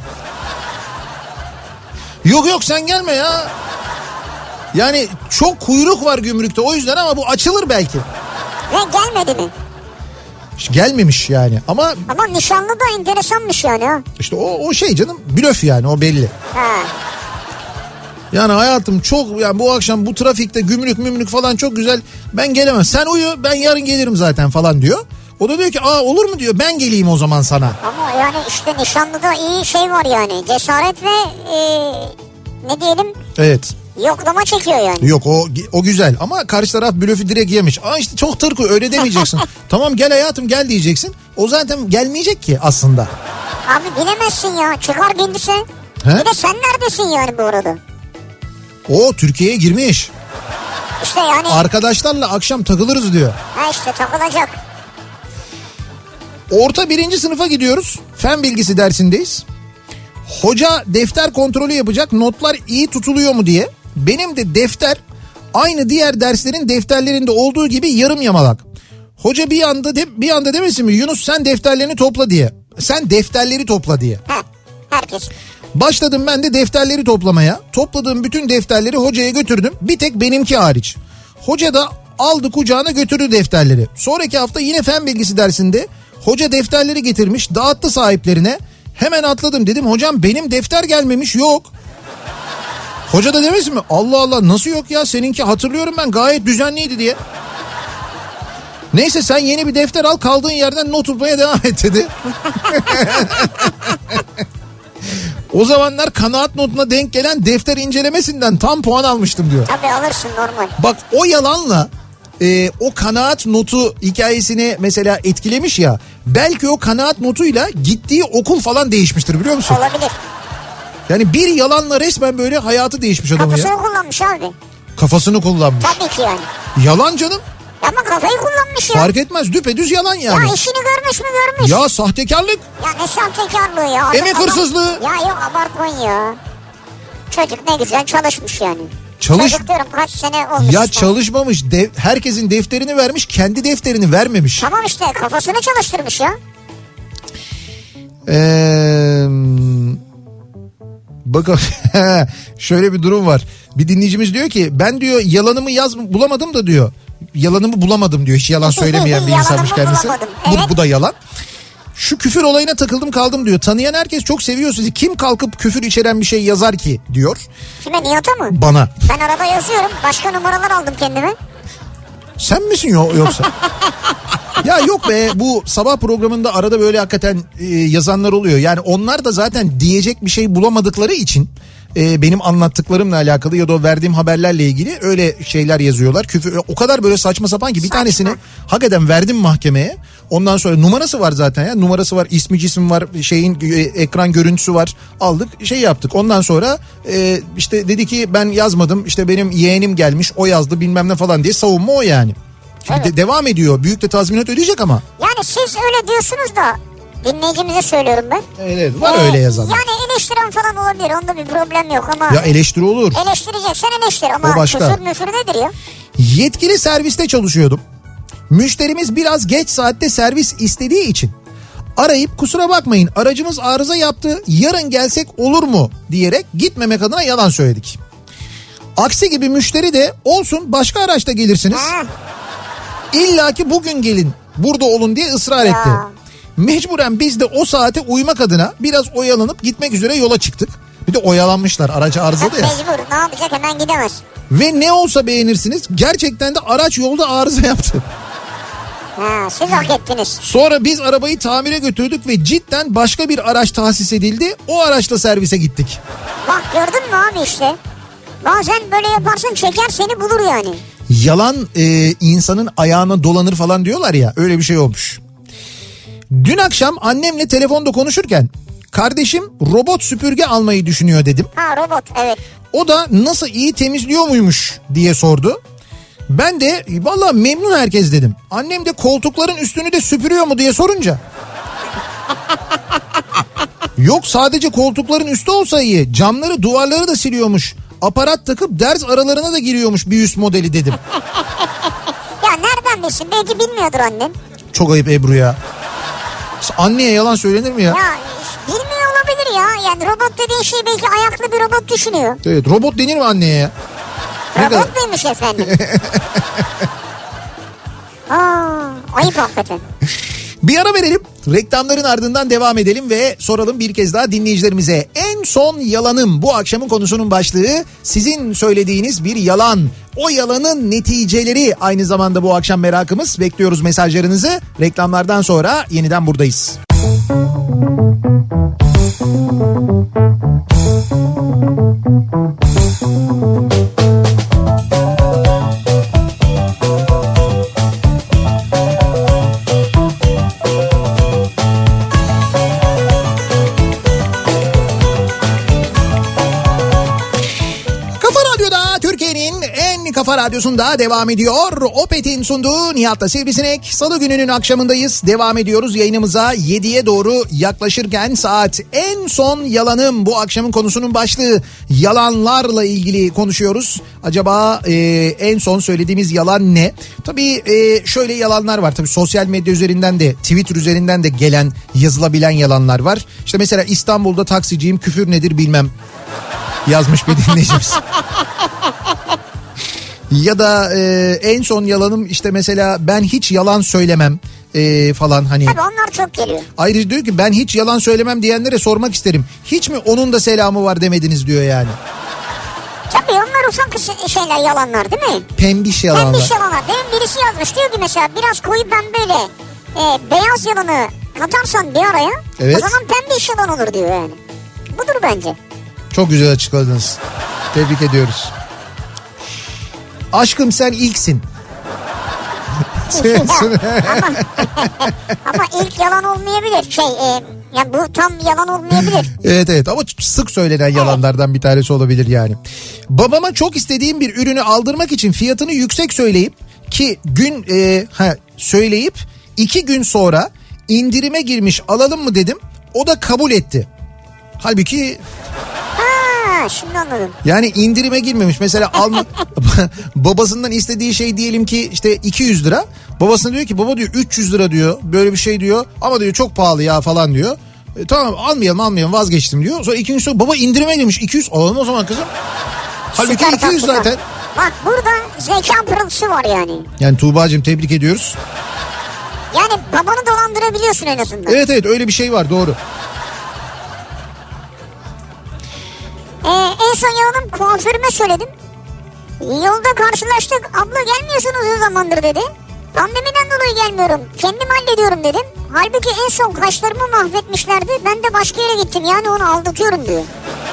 Yok yok sen gelme ya. Yani çok kuyruk var gümrükte o yüzden, ama bu açılır belki. Ve gelmedi mi? İşte gelmemiş yani ama... Ama nişanlı da enteresanmış yani ha. İşte o, o şey canım, blöf yani, o belli. Ha. Yani hayatım çok, yani bu akşam bu trafikte gümrük mümrük falan çok güzel, ben gelemem, sen uyu, ben yarın gelirim zaten falan diyor. O da diyor ki aa olur mu diyor, ben geleyim o zaman sana. Ama yani işte nişanlıda iyi şey var yani, cesaret ve e, ne diyelim? Evet. Yoklama çekiyor yani. Yok o o güzel ama karşı taraf blöfü direkt yemiş. Aa işte çok tır koy, öyle demeyeceksin. Tamam gel hayatım gel diyeceksin. O zaten gelmeyecek ki aslında. Abi bilemezsin ya, çıkar bindisi. He? Bir de sen neredesin yani bu arada? O Türkiye'ye girmiş. İşte yani. Arkadaşlarla akşam takılırız diyor. Ha işte takılacak. Orta birinci sınıfa gidiyoruz. Fen bilgisi dersindeyiz. Hoca defter kontrolü yapacak, notlar iyi tutuluyor mu diye. Benim de defter aynı diğer derslerin defterlerinde olduğu gibi yarım yamalak. Hoca bir anda de, bir anda demesin mi Yunus sen defterlerini topla diye. Sen defterleri topla diye. Ha, herkes. Başladım ben de defterleri toplamaya. Topladığım bütün defterleri hocaya götürdüm. Bir tek benimki hariç. Hoca da aldı kucağına götürdü defterleri. Sonraki hafta yine fen bilgisi dersinde hoca defterleri getirmiş, dağıttı sahiplerine. Hemen atladım, dedim hocam benim defter gelmemiş, yok. Hoca da demesin mi Allah Allah nasıl yok ya, seninki hatırlıyorum ben gayet düzenliydi diye. Neyse sen yeni bir defter al, kaldığın yerden not tutmaya devam et dedi. O zamanlar kanaat notuna denk gelen defter incelemesinden tam puan almıştım diyor. Tabii alırsın normal. Bak o yalanla e, o kanaat notu hikayesini mesela etkilemiş ya. Belki o kanaat notuyla gittiği okul falan değişmiştir, biliyor musun? Olabilir. Yani bir yalanla resmen böyle hayatı değişmiş adamın ya. Kafasını kullanmış abi. Kafasını kullanmış. Tabii ki yani. Yalan canım. Ama kafayı kullanmış ya. Fark etmez, düpedüz yalan yani. Ya işini görmüş mü görmüş. Ya sahtekarlık. Ya ne sahtekarlığı ya. Adam, Emek hırsızlığı. Ya yok abartmayın ya. Çocuk ne güzel çalışmış yani. Çalış. Çocuk diyorum kaç sene olmuş. Ya işte. çalışmamış. Dev, herkesin defterini vermiş, kendi defterini vermemiş. Tamam işte kafasını çalıştırmış ya. Eee... Bakın şöyle bir durum var. Bir dinleyicimiz diyor ki ben diyor yalanımı yaz bulamadım da diyor. Yalanımı bulamadım diyor. Hiç yalan söylemeyen bir insanmış kendisi. Evet. Bu, bu da yalan. Şu küfür olayına takıldım kaldım diyor. Tanıyan herkes çok seviyor sizi. Kim kalkıp küfür içeren bir şey yazar ki diyor. Kime, Nihat'a mı? Bana. Ben arada yazıyorum. Başka numaralar aldım kendime. Sen misin yo yoksa? Ya yok be, bu sabah programında arada böyle hakikaten e, yazanlar oluyor. Yani onlar da zaten diyecek bir şey bulamadıkları için e, benim anlattıklarımla alakalı ya da o verdiğim haberlerle ilgili öyle şeyler yazıyorlar. Küfür o kadar böyle saçma sapan ki bir Saçma. tanesini hakikaten verdim mahkemeye. Ondan sonra numarası var zaten ya, numarası var, ismi cismi var, şeyin e, ekran görüntüsü var, aldık şey yaptık. Ondan sonra e, işte dedi ki ben yazmadım, işte benim yeğenim gelmiş o yazdı bilmem ne falan diye savunma o yani. Şimdi Evet. de, devam ediyor, büyük de tazminat ödeyecek ama. Yani siz öyle diyorsunuz da dinleyicimize söylüyorum ben. Evet var Ee, öyle yazanlar. Yani eleştiren falan olabilir. Onda bir problem yok ama. Ya eleştiri olur. Eleştireceksen eleştir ama o başka. küfür müfür nedir ya? Yetkili serviste çalışıyordum. Müşterimiz biraz geç saatte servis istediği için arayıp kusura bakmayın aracımız arıza yaptı yarın gelsek olur mu diyerek gitmemek adına yalan söyledik. Aksi gibi müşteri de olsun başka araçta gelirsiniz. İlla ki bugün gelin burada olun diye ısrar ya. etti. Mecburen biz de o saate uymak adına biraz oyalanıp gitmek üzere yola çıktık. Bir de oyalanmışlar aracı arızalı ya. Mecbur ne yapacak hemen gidemez. Ve ne olsa beğenirsiniz gerçekten de araç yolda arıza yaptı. Ha, siz hak ettiniz. Sonra biz arabayı tamire götürdük ve cidden başka bir araç tahsis edildi. O araçla servise gittik. Bak gördün mü abi işte. Bazen böyle yaparsın çeker seni bulur yani. Yalan e, insanın ayağına dolanır falan diyorlar ya öyle bir şey olmuş. Dün akşam annemle telefonda konuşurken kardeşim robot süpürge almayı düşünüyor dedim. Ha robot evet. O da nasıl iyi temizliyor muymuş diye sordu. Ben de vallahi memnun herkes dedim. Annem de koltukların üstünü de süpürüyor mu diye sorunca. Yok sadece koltukların üstü olsa iyi. Camları duvarları da siliyormuş. Aparat takıp ders aralarına da giriyormuş bir üst modeli dedim. Ya nereden bilsin belki bilmiyordur annem. Çok ayıp Ebru ya. Anneye yalan söylenir mi ya? Ya bilmiyor olabilir ya. Yani robot dediğin şey belki ayaklı bir robot düşünüyor. Evet robot denir mi anneye ya? Robot muymuş efendim? Aa, ayıp hakikaten. Bir ara verelim. Reklamların ardından devam edelim ve soralım bir kez daha dinleyicilerimize. En son yalanım bu akşamın konusunun başlığı. Sizin söylediğiniz bir yalan. O yalanın neticeleri aynı zamanda bu akşam merakımız. Bekliyoruz mesajlarınızı. Reklamlardan sonra yeniden buradayız. Kafa Radyosu'nda devam ediyor. Opet'in sunduğu Nihat'la Sivrisinek. Salı gününün akşamındayız. Devam ediyoruz yayınımıza. yediye doğru yaklaşırken saat en son yalanım bu akşamın konusunun başlığı. Yalanlarla ilgili konuşuyoruz. Acaba e, en son söylediğimiz yalan ne? Tabii e, şöyle yalanlar var. Tabii sosyal medya üzerinden de Twitter üzerinden de gelen yazılabilen yalanlar var. İşte mesela İstanbul'da taksiciyim küfür nedir bilmem yazmış bir dinleyicimiz. Ya da e, en son yalanım işte mesela ben hiç yalan söylemem e, falan hani. Tabii onlar çok geliyor. Ayrıca diyor ki ben hiç yalan söylemem diyenlere sormak isterim. Hiç mi onun da selamı var demediniz diyor yani. Tabii onlar ufak şeyler yalanlar değil mi? Pembiş yalanlar. Pembiş yalanlar. Demin birisi yazmış diyor ki mesela biraz koyu pembeyle e, beyaz yalanı katarsan bir araya evet. O zaman pembiş yalan olur diyor yani. Budur bence. Çok güzel açıkladınız. Tebrik ediyoruz. Aşkım sen ilksin. ama, ama ilk yalan olmayabilir. Şey, e, yani bu tam yalan olmayabilir. Evet evet ama sık söylenen yalanlardan bir tanesi olabilir yani. Babama çok istediğim bir ürünü aldırmak için fiyatını yüksek söyleyip ki gün e, ha, söyleyip iki gün sonra indirime girmiş alalım mı dedim. O da kabul etti. Halbuki... Ha, şimdi anladım. Yani indirime girmemiş. Mesela alma, babasından istediği şey diyelim ki işte iki yüz lira. Babasına diyor ki baba diyor üç yüz lira diyor. Böyle bir şey diyor. Ama diyor çok pahalı ya falan diyor. E, tamam almayalım almayalım vazgeçtim diyor. Sonra iki gün sonra baba indirime girmiş iki yüz alalım o zaman kızım. Halbuki Süper iki yüz zaten. Bak burada zeka pırıltısı var yani. Yani Tuğba'cığım tebrik ediyoruz. Yani babanı dolandırabiliyorsun en azından. Evet evet öyle bir şey var doğru. Ee, en son yalanım kuaförüme söyledim. Yolda karşılaştık. Abla gelmiyorsun uzun zamandır dedi. Pandemiden dolayı gelmiyorum. Kendim hallediyorum dedim. Halbuki en son kaşlarımı mahvetmişlerdi. Ben de başka yere gittim. Yani onu aldatıyorum diyor.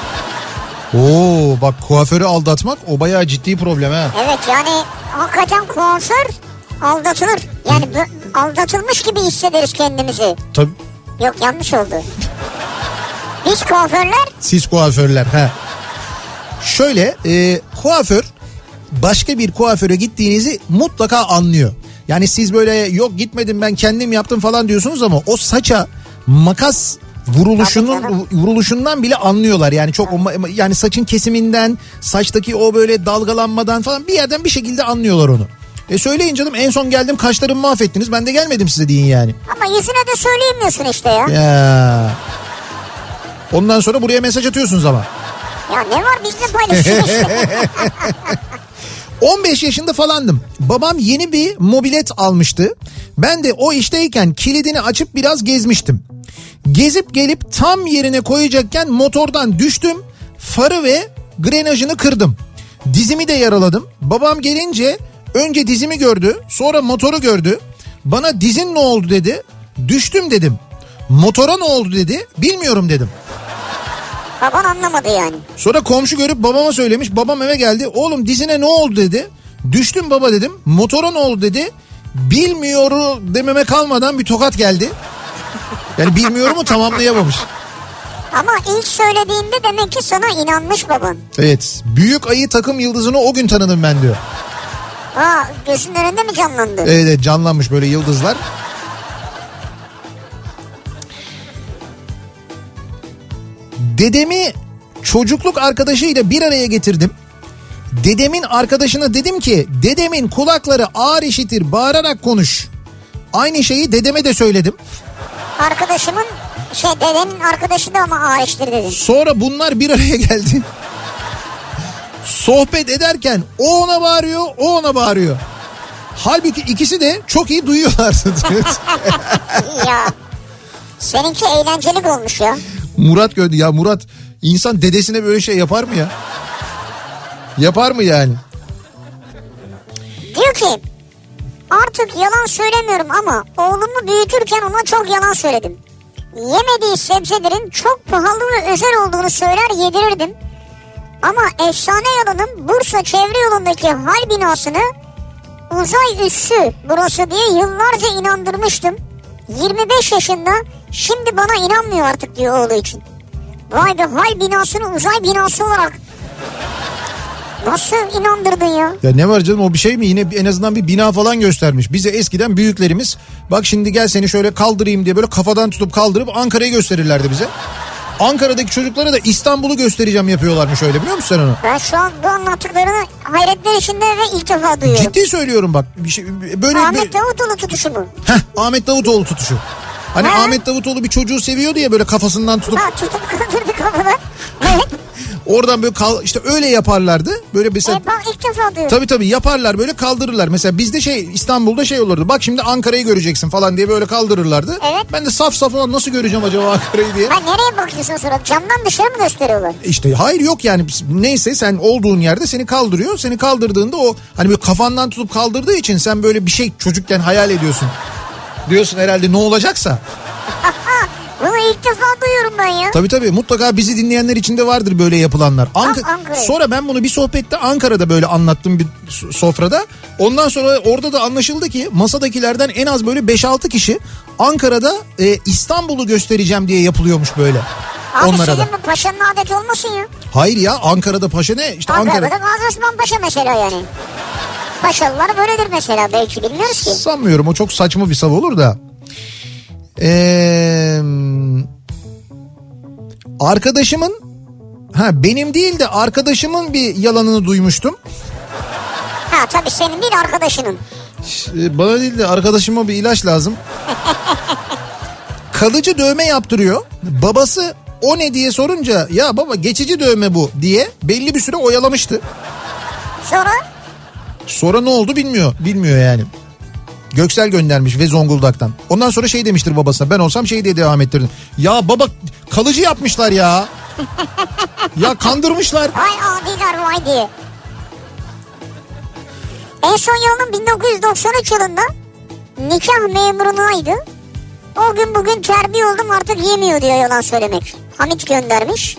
Oo bak kuaförü aldatmak o bayağı ciddi problem ha. Evet yani hakikaten kuaför aldatılır. Yani bu, aldatılmış gibi hissederiz kendimizi. Tabii. Yok yanlış oldu. Biz kuaförler. Siz kuaförler ha. Şöyle e, kuaför başka bir kuaföre gittiğinizi mutlaka anlıyor. Yani siz böyle yok gitmedim ben kendim yaptım falan diyorsunuz ama o saça makas Vuruluşunun vuruluşundan bile anlıyorlar. Yani çok o, yani saçın kesiminden, saçtaki o böyle dalgalanmadan falan bir yerden bir şekilde anlıyorlar onu. E söyleyin canım, en son geldim kaşlarımı mahvettiniz, ben de gelmedim size deyin yani. Ama yüzüne de söyleyemiyorsun işte ya. Ya. Ondan sonra buraya mesaj atıyorsunuz ama. Ya ne var, bizle paylaşıyorsun. on beş yaşında falandım. Babam yeni bir mobilet almıştı. Ben de o işteyken kilidini açıp biraz gezmiştim. Gezip gelip tam yerine koyacakken motordan düştüm. Farı ve grenajını kırdım. Dizimi de yaraladım. Babam gelince önce dizimi gördü, sonra motoru gördü. Bana dizin ne oldu dedi. Düştüm dedim. Motora ne oldu dedi. Bilmiyorum dedim. Baban anlamadı yani. Sonra komşu görüp babama söylemiş. Babam eve geldi. Oğlum dizine ne oldu dedi. Düştüm baba dedim. Motora ne oldu dedi. Bilmiyorum dememe kalmadan bir tokat geldi. Yani bilmiyorumu tamamlayamamış. Ama ilk söylediğinde demek ki sana inanmış baban. Evet. Büyük ayı takım yıldızını o gün tanıdım ben diyor. Aa, gözünün önünde mi canlandı? Evet, evet canlanmış böyle yıldızlar. Dedemi çocukluk arkadaşıyla bir araya getirdim. Dedemin arkadaşına dedim ki dedemin kulakları ağır işitir, bağırarak konuş. Aynı şeyi dedeme de söyledim. Arkadaşımın şey dedenin arkadaşı da ama ağır işitir dedi. Sonra bunlar bir araya geldi. Sohbet ederken o ona bağırıyor, o ona bağırıyor. Halbuki ikisi de çok iyi duyuyorlar. Ya seninki eğlencelik olmuş ya. Murat gördü ya, Murat insan dedesine böyle şey yapar mı ya? Yapar mı yani? Diyor ki artık yalan söylemiyorum ama oğlumu büyütürken ona çok yalan söyledim. Yemediği sebzelerin çok pahalı ve özel olduğunu söyler yedirirdim. Ama efsane yalanım Bursa Çevre Yolu'ndaki hal binasını uzay üssü burası diye yıllarca inandırmıştım. yirmi beş yaşında, şimdi bana inanmıyor artık diyor oğlu için. Vay be, hal binasını uzay binası olarak nasıl inandırdın ya? Ya ne var canım, o bir şey mi? Yine en azından bir bina falan göstermiş. Bize eskiden büyüklerimiz bak şimdi gel seni şöyle kaldırayım diye böyle kafadan tutup kaldırıp Ankara'yı gösterirlerdi bize. Ankara'daki çocuklara da İstanbul'u göstereceğim yapıyorlarmış, öyle biliyor musun sen onu? Ben şu an bu anlattıklarını hayretler içinde ve ilk defa duyuyorum. Ciddi söylüyorum bak. Bir şey, böyle Ahmet bir... Davutoğlu tutuşu mu? Heh, Ahmet Davutoğlu tutuşu. Hani ha? Ahmet Davutoğlu bir çocuğu seviyordu ya, böyle kafasından tutup. Ha, tutup kaldırdı kafadan. Evet. Oradan böyle kal, işte öyle yaparlardı. Böyle mesela. E, bak ilk defa duyuyorum. Tabii tabii yaparlar, böyle kaldırırlar. Mesela bizde şey, İstanbul'da şey olurdu. Bak şimdi Ankara'yı göreceksin falan diye böyle kaldırırlardı. Evet. Ben de saf saf olan nasıl göreceğim acaba Ankara'yı diye. Ha, nereye bakıyorsun sonra? Camdan dışarı mı gösteriyorlar? İşte hayır, yok yani, neyse sen olduğun yerde seni kaldırıyor. Seni kaldırdığında o hani böyle kafandan tutup kaldırdığı için sen böyle bir şey çocukken hayal ediyorsun. Diyorsun herhalde ne olacaksa. Bunu ilk defa duyuyorum ben ya. Tabii tabii, mutlaka bizi dinleyenler içinde vardır böyle yapılanlar. Ank- Ankara. Sonra ben bunu bir sohbette Ankara'da böyle anlattım, bir sofrada. Ondan sonra orada da anlaşıldı ki masadakilerden en az böyle beş altı kişi Ankara'da e, İstanbul'u göstereceğim diye yapılıyormuş böyle. Abi onlara da. Bu paşanın adeti olmasın ya. Hayır ya, Ankara'da paşa ne? İşte Ankara'da Ankara. Gazi Osman Paşa mesela yani. Paşalılar böyledir mesela, belki bilmiyoruz ki. Sanmıyorum, o çok saçma bir sav olur da. Ee, arkadaşımın ha benim değil de arkadaşımın bir yalanını duymuştum. Ha tabii, senin değil arkadaşının. Bana değil de arkadaşıma bir ilaç lazım. Kalıcı dövme yaptırıyor. Babası o ne diye sorunca ya baba geçici dövme bu diye belli bir süre oyalamıştı. Sonra? Sonra ne oldu bilmiyor. Bilmiyor yani. Göksel göndermiş ve Zonguldak'tan. Ondan sonra şey demiştir babasına, ben olsam şey diye devam ettirdim. Ya baba kalıcı yapmışlar ya. Ya kandırmışlar. Vay adiler vay diye. En son yalanım bin dokuz yüz doksan üç yılında nikah memurunaydı. O gün bugün terbiye oldum artık yemiyor diyor yalan söylemek. Hamit göndermiş.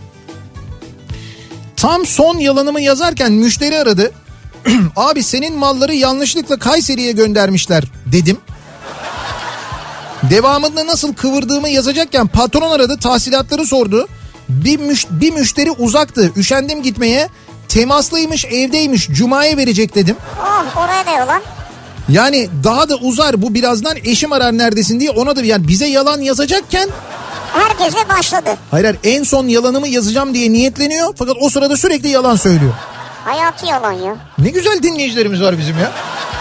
Tam son yalanımı yazarken müşteri aradı. Abi senin malları yanlışlıkla Kayseri'ye göndermişler dedim. Devamında nasıl kıvırdığımı yazacakken patron aradı, tahsilatları sordu. Bir, müş- bir müşteri uzaktı, üşendim gitmeye. Temaslıymış, evdeymiş, Cuma'ya verecek dedim. Oh, oraya da yalan. Yani daha da uzar bu birazdan, eşim arar neredesin diye, ona da yani bize yalan yazacakken herkese başladı. Hayır hayır, en son yalanımı yazacağım diye niyetleniyor. Fakat o sırada sürekli yalan söylüyor. Hayatı yalan ya. Ne güzel dinleyicilerimiz var bizim ya.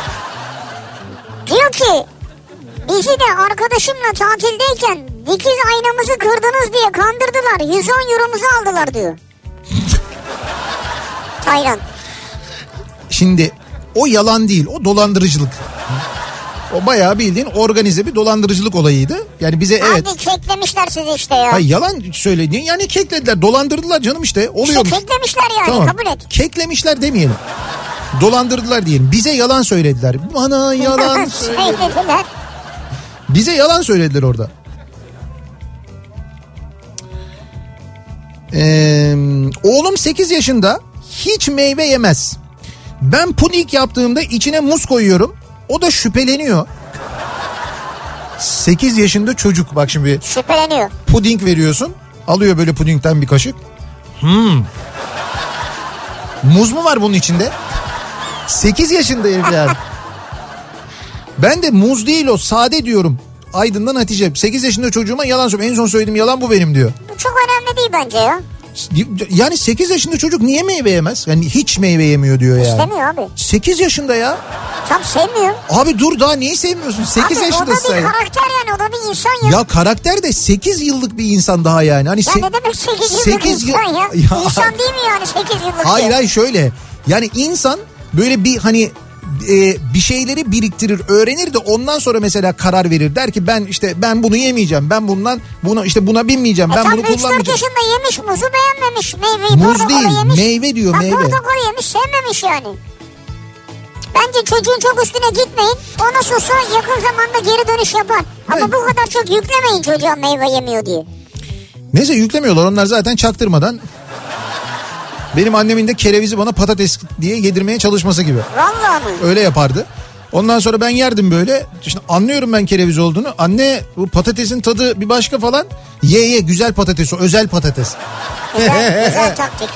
Diyor ki bizi de arkadaşımla tatildeyken dikiz aynamızı kırdınız diye kandırdılar. yüz on euromuzu aldılar diyor. Taylan. Şimdi o yalan değil, o dolandırıcılık. O bayağı bildiğin organize bir dolandırıcılık olayıydı. Yani bize abi, evet. Abi keklemişler sizi işte ya. Hayır, yalan söylediğin yani keklediler, dolandırdılar canım işte. Oluyormuş. İşte keklemişler yani, tamam. Kabul et. Keklemişler demeyelim. Dolandırdılar diyelim. Bize yalan söylediler. Bana yalan söylediler. Bize yalan söylediler orada. Ee, oğlum sekiz yaşında, hiç meyve yemez. Ben puding yaptığımda içine muz koyuyorum. O da şüpheleniyor. sekiz yaşında çocuk, bak şimdi. Şüpheleniyor. Puding veriyorsun. Alıyor böyle pudingden bir kaşık. Hmm. Muz mu var bunun içinde? sekiz yaşında herif yani. Ben de muz değil o, sade diyorum. Aydın'dan Hatice. sekiz yaşında çocuğuma yalan söylüyorum. En son söylediğim yalan bu benim diyor. Bu çok önemli değil bence ya. Yani sekiz yaşında çocuk niye meyve yemez? Yani hiç meyve yemiyor diyor yani. İstemiyor abi. sekiz yaşında ya. Tam sevmiyor. Abi dur, daha neyi sevmiyorsun? sekiz abi, yaşındasın. O da bir karakter yani, o da bir insan ya. Ya karakter de sekiz yıllık bir insan daha yani. Hani ya se- ne demek sekiz yıllık sekiz insan yıl... ya? ya? İnsan değil mi yani sekiz yıllık? Hayır ya? hayır şöyle. Yani insan böyle bir hani e, bir şeyleri biriktirir, öğrenir de ondan sonra mesela karar verir. Der ki ben işte ben bunu yemeyeceğim. Ben bundan buna işte buna binmeyeceğim. E ben bunu üç dört kullanmayacağım. yaşında yemiş muzu, beğenmemiş. Meyveyi, Muz değil, yemiş. meyve diyor, ha, meyve. Portakalı yemiş, sevmemiş yani. Bence çocuğun çok üstüne gitmeyin. O nasılsa yakın zamanda geri dönüş yapar. Ama Evet. bu kadar çok yüklemeyin çocuğa meyve yemiyor diye. Neyse, yüklemiyorlar onlar zaten çaktırmadan. Benim annemin de kerevizi bana patates diye yedirmeye çalışması gibi. Vallahi mı? Öyle yapardı. Ondan sonra ben yerdim böyle. Şimdi anlıyorum ben kereviz olduğunu. Anne, bu patatesin tadı bir başka falan. Ye ye, güzel patates o, özel patates. Güzel, güzel taktik.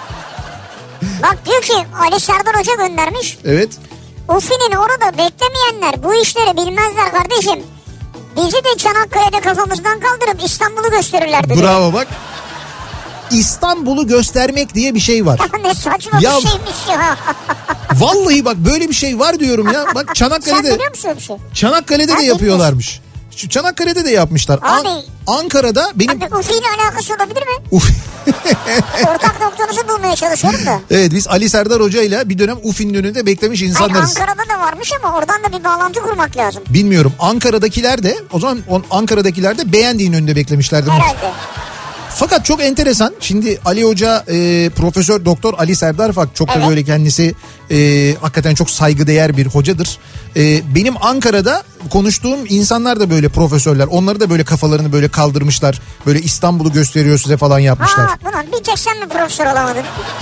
Bak diyor ki Ali Serdar Hoca göndermiş. Evet. Ufi'nin orada beklemeyenler bu işleri bilmezler kardeşim. Bizi de Çanakkale'de kafamızdan kaldırıp İstanbul'u gösterirler dedi. Bravo bak. İstanbul'u göstermek diye bir şey var. Ne saçma Ya, bir şeymiş ya. Vallahi bak böyle bir şey var diyorum ya. Bak Çanakkale'de. Sen biliyor musun bir şey? Çanakkale'de Ben de yapıyorlarmış. Şu Çanakkale'de de yapmışlar. Abi, An- Ankara'da benim... Abi Ufi ile alakası olabilir mi? Uf. Ortak noktanızı bulmaya çalışıyorum da. Evet, biz Ali Serdar Hoca ile bir dönem Ufi'nin önünde beklemiş insanlarız. Hayır, Ankara'da da varmış ama oradan da bir bağlantı kurmak lazım. Bilmiyorum. Ankara'dakiler de o zaman on, Ankara'dakiler de beğendiğin önünde beklemişlerdi. Herhalde. Fakat çok enteresan. Şimdi Ali Hoca, e, Profesör Doktor Ali Serdar Fak, çok da Evet. böyle kendisi e, hakikaten çok saygıdeğer bir hocadır. E, benim Ankara'da konuştuğum insanlar da böyle profesörler. Onları da böyle kafalarını böyle kaldırmışlar. Böyle İstanbul'u gösteriyor size falan yapmışlar. Ha, ulan bir tek sen mi profesör olamadın?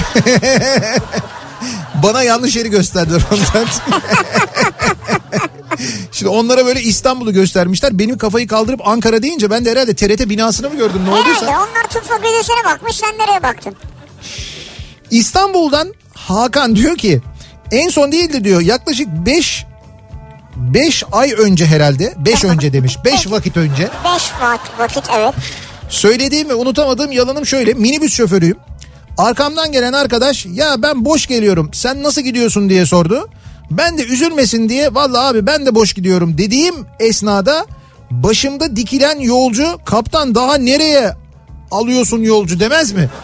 Bana yanlış yeri gösterdiler ondan. Şimdi onlara böyle İstanbul'u göstermişler. Benim kafayı kaldırıp Ankara deyince ben de herhalde T R T binasını mı gördüm, ne olduysa. Herhalde onlar tıp fakültesine bakmış, sen nereye baktın? İstanbul'dan Hakan diyor ki en son değildi diyor, yaklaşık beş beş ay önce herhalde, beş önce demiş, beş vakit önce. beş vakit evet. Söylediğim ve unutamadığım yalanım şöyle: minibüs şoförüyüm. Arkamdan gelen arkadaş ya ben boş geliyorum, sen nasıl gidiyorsun diye sordu. Ben de üzülmesin diye vallahi abi ben de boş gidiyorum dediğim esnada başımda dikilen yolcu kaptan daha nereye alıyorsun yolcu demez mi?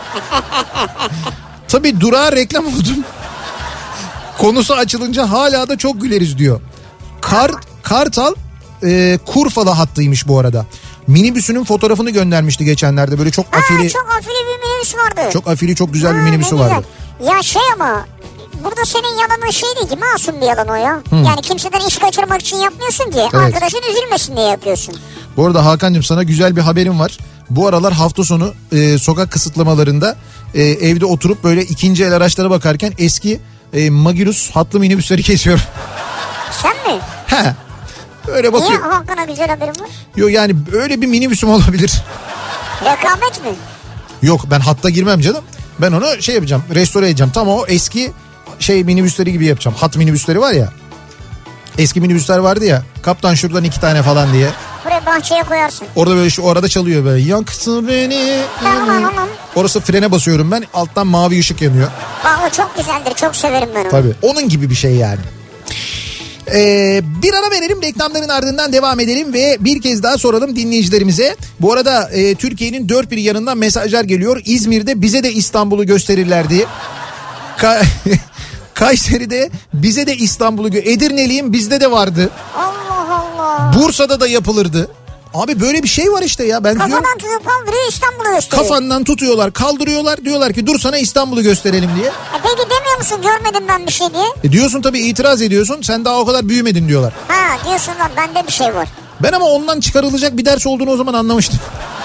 Tabii durağa reklam oldum. Konusu açılınca hala da çok güleriz diyor. Kar, Kartal e, Kurfalı hattıymış bu arada. Minibüsünün fotoğrafını göndermişti geçenlerde, böyle çok afili. Ha, çok afili bir minibüs vardı. Çok afili, çok güzel ha, bir minibüsü vardı. Ya şey ama burada senin yalanın şey değil ki, masum bir yalan o ya. Hmm. Yani kimseden iş kaçırmak için yapmıyorsun ki. Evet. Arkadaşın üzülmesin diye yapıyorsun. Bu arada Hakan'cığım sana güzel bir haberim var. Bu aralar hafta sonu e, sokak kısıtlamalarında e, evde oturup böyle ikinci el araçlara bakarken eski e, Magirus hatlı minibüsleri kesiyorum. Sen mi? He. Öyle bakıyorum. Niye Hakan'a güzel haberim var? Yok yani öyle bir minibüsüm olabilir. Rekabet mi? Yok, ben hatta girmem canım. Ben onu şey yapacağım, restore edeceğim. Tam o eski şey minibüsleri gibi yapacağım. Hat minibüsleri var ya. Eski minibüsler vardı ya. Kaptan şuradan iki tane falan diye. buraya bahçeye koyarsın. Orada böyle şu arada çalıyor böyle. Yaktı beni. Tamam tamam. Orası frene basıyorum ben. Alttan mavi ışık yanıyor. Aa, o çok güzeldir. Çok severim ben onu. Tabii. Onun gibi bir şey yani. Ee, bir ara verelim, reklamların ardından devam edelim ve bir kez daha soralım dinleyicilerimize. Bu arada e, Türkiye'nin dört bir yanından mesajlar geliyor. İzmir'de bize de İstanbul'u gösterirler diye. Ka- Kayseri'de bize de İstanbul'u gö- Edirneliyim, bizde de vardı. Allah Allah. Bursa'da da yapılırdı. Abi böyle bir şey var işte ya. Ben Kafadan diyorum, tutup kaldırıyor, İstanbul'u gösteriyor. kafandan tutuyorlar, kaldırıyorlar, diyorlar ki dur sana İstanbul'u gösterelim diye. E peki demiyor musun görmedim ben bir şey diye? E diyorsun tabii, itiraz ediyorsun, sen daha o kadar büyümedin diyorlar. Ha diyorsun lan bende bir şey var. Ben ama ondan çıkarılacak bir ders olduğunu o zaman anlamıştım.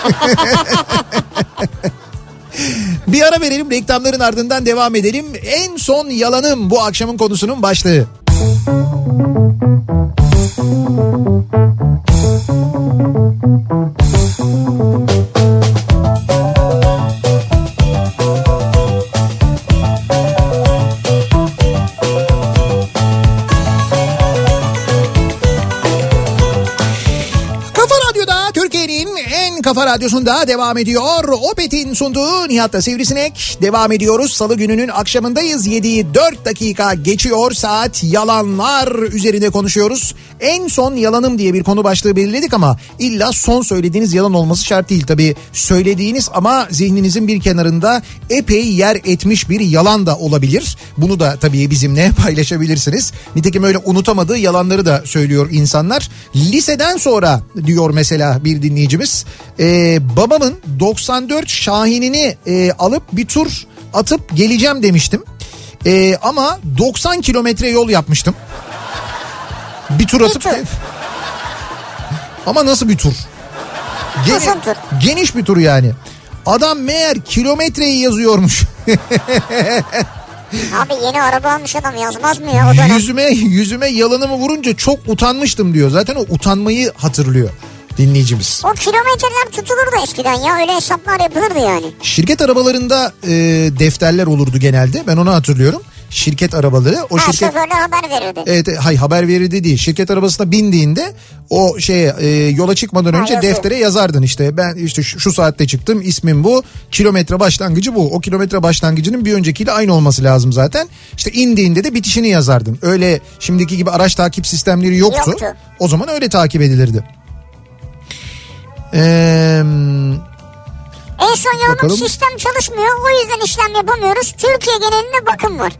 Bir ara verelim, reklamların ardından devam edelim. En son yalanım bu akşamın konusunun başlığı. Kafa Radyosu'nda devam ediyor. Opet'in sunduğu Nihat'la Sivrisinek. Devam ediyoruz. Salı gününün akşamındayız. yediyi dört dakika geçiyor saat. Yalanlar üzerine konuşuyoruz. En son yalanım diye bir konu başlığı belirledik ama illa son söylediğiniz yalan olması şart değil. Tabii söylediğiniz ama zihninizin bir kenarında epey yer etmiş bir yalan da olabilir. Bunu da tabii bizimle paylaşabilirsiniz. Nitekim öyle unutamadığı yalanları da söylüyor insanlar. Liseden sonra diyor mesela bir dinleyicimiz. Ee, babamın doksan dört Şahin'ini e, alıp bir tur atıp geleceğim demiştim. Ee, ama doksan kilometre yol yapmıştım. Bir tur atıp... De... Ama nasıl bir tur? Gen... tur? Geniş bir tur yani. Adam meğer kilometreyi yazıyormuş. Abi yeni araba almış adam, yazmaz mı ya o dönem? Yüzüme, yüzüme yalanımı vurunca çok utanmıştım diyor. Zaten o utanmayı hatırlıyor dinleyicimiz. O kilometreler tutulurdu eskiden ya, öyle hesaplar yapılırdı yani. Şirket arabalarında e, defterler olurdu genelde, ben onu hatırlıyorum. Şirket arabaları. O ha, şirket... şoförler haber verirdi. Evet, hayır haber verirdi değil. Şirket arabasına bindiğinde o şeye e, yola çıkmadan önce ha, deftere yazardın işte. Ben işte şu, şu saatte çıktım, ismim bu, kilometre başlangıcı bu. O kilometre başlangıcının bir öncekiyle aynı olması lazım zaten. İşte indiğinde de bitişini yazardın. Öyle şimdiki gibi araç takip sistemleri yoktu. Yoktu. O zaman öyle takip edilirdi. Eee... En son yalanım, sistem çalışmıyor, o yüzden işlem yapamıyoruz. Türkiye genelinde bakım var.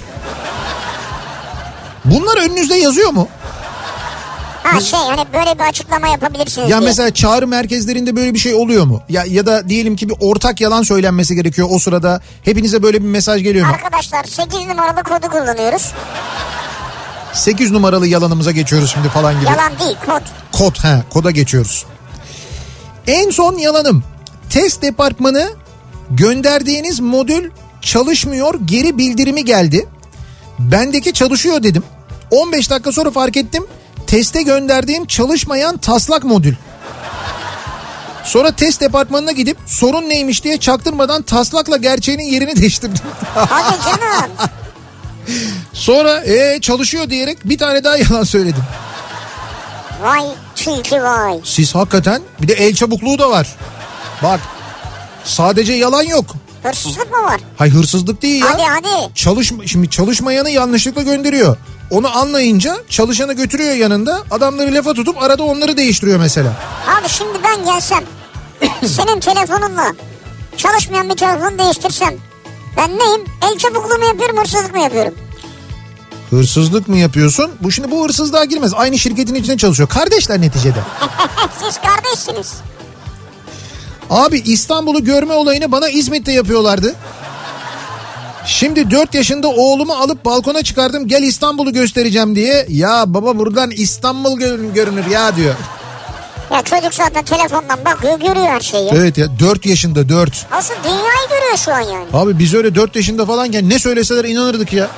Bunlar önünüzde yazıyor mu? Ha şey hani böyle bir açıklama yapabilirsiniz ya diye. Mesela çağrı merkezlerinde böyle bir şey oluyor mu? Ya ya da diyelim ki bir ortak yalan söylenmesi gerekiyor o sırada. Hepinize böyle bir mesaj geliyor mu? Arkadaşlar sekiz numaralı kodu kullanıyoruz. sekiz numaralı yalanımıza geçiyoruz şimdi falan gibi. Yalan değil, kod. Kod, he, koda geçiyoruz. En son yalanım. Test departmanı gönderdiğiniz modül çalışmıyor, geri bildirimi geldi. Bendeki çalışıyor dedim. on beş dakika sonra fark ettim. Teste gönderdiğim çalışmayan taslak modül. Sonra test departmanına gidip sorun neymiş diye çaktırmadan taslakla gerçeğinin yerini değiştirdim. Hadi canım. Sonra ee, çalışıyor diyerek bir tane daha yalan söyledim. Vay tilki vay. Siz hakikaten, bir de el çabukluğu da var. Bak, sadece yalan yok. Hırsızlık mı var? Hayır, hırsızlık değil ya. Hadi hadi. Çalışma, şimdi çalışmayanı yanlışlıkla gönderiyor. Onu anlayınca çalışanı götürüyor yanında. Adamları lafa tutup arada onları değiştiriyor mesela. Abi şimdi ben gelsem senin telefonunla çalışmayan bir telefonu değiştirsem ben neyim? El çabukluğu mu yapıyorum, hırsızlık mı yapıyorum? Hırsızlık mı yapıyorsun? Bu şimdi bu hırsızlığa girmez. Aynı şirketin içinde çalışıyor. Kardeşler neticede. Siz kardeşsiniz. Abi İstanbul'u görme olayını bana İzmit'te yapıyorlardı. Şimdi dört yaşında oğlumu alıp balkona çıkardım, gel İstanbul'u göstereceğim diye. Ya baba buradan İstanbul görünür ya diyor. Ya çocuk zaten telefondan bakıyor, görüyor her şeyi. Evet ya, dört yaşında, dört. Asıl dünyayı görüyor şu an yani. Abi biz öyle dört yaşında falanken ne söyleseler inanırdık ya.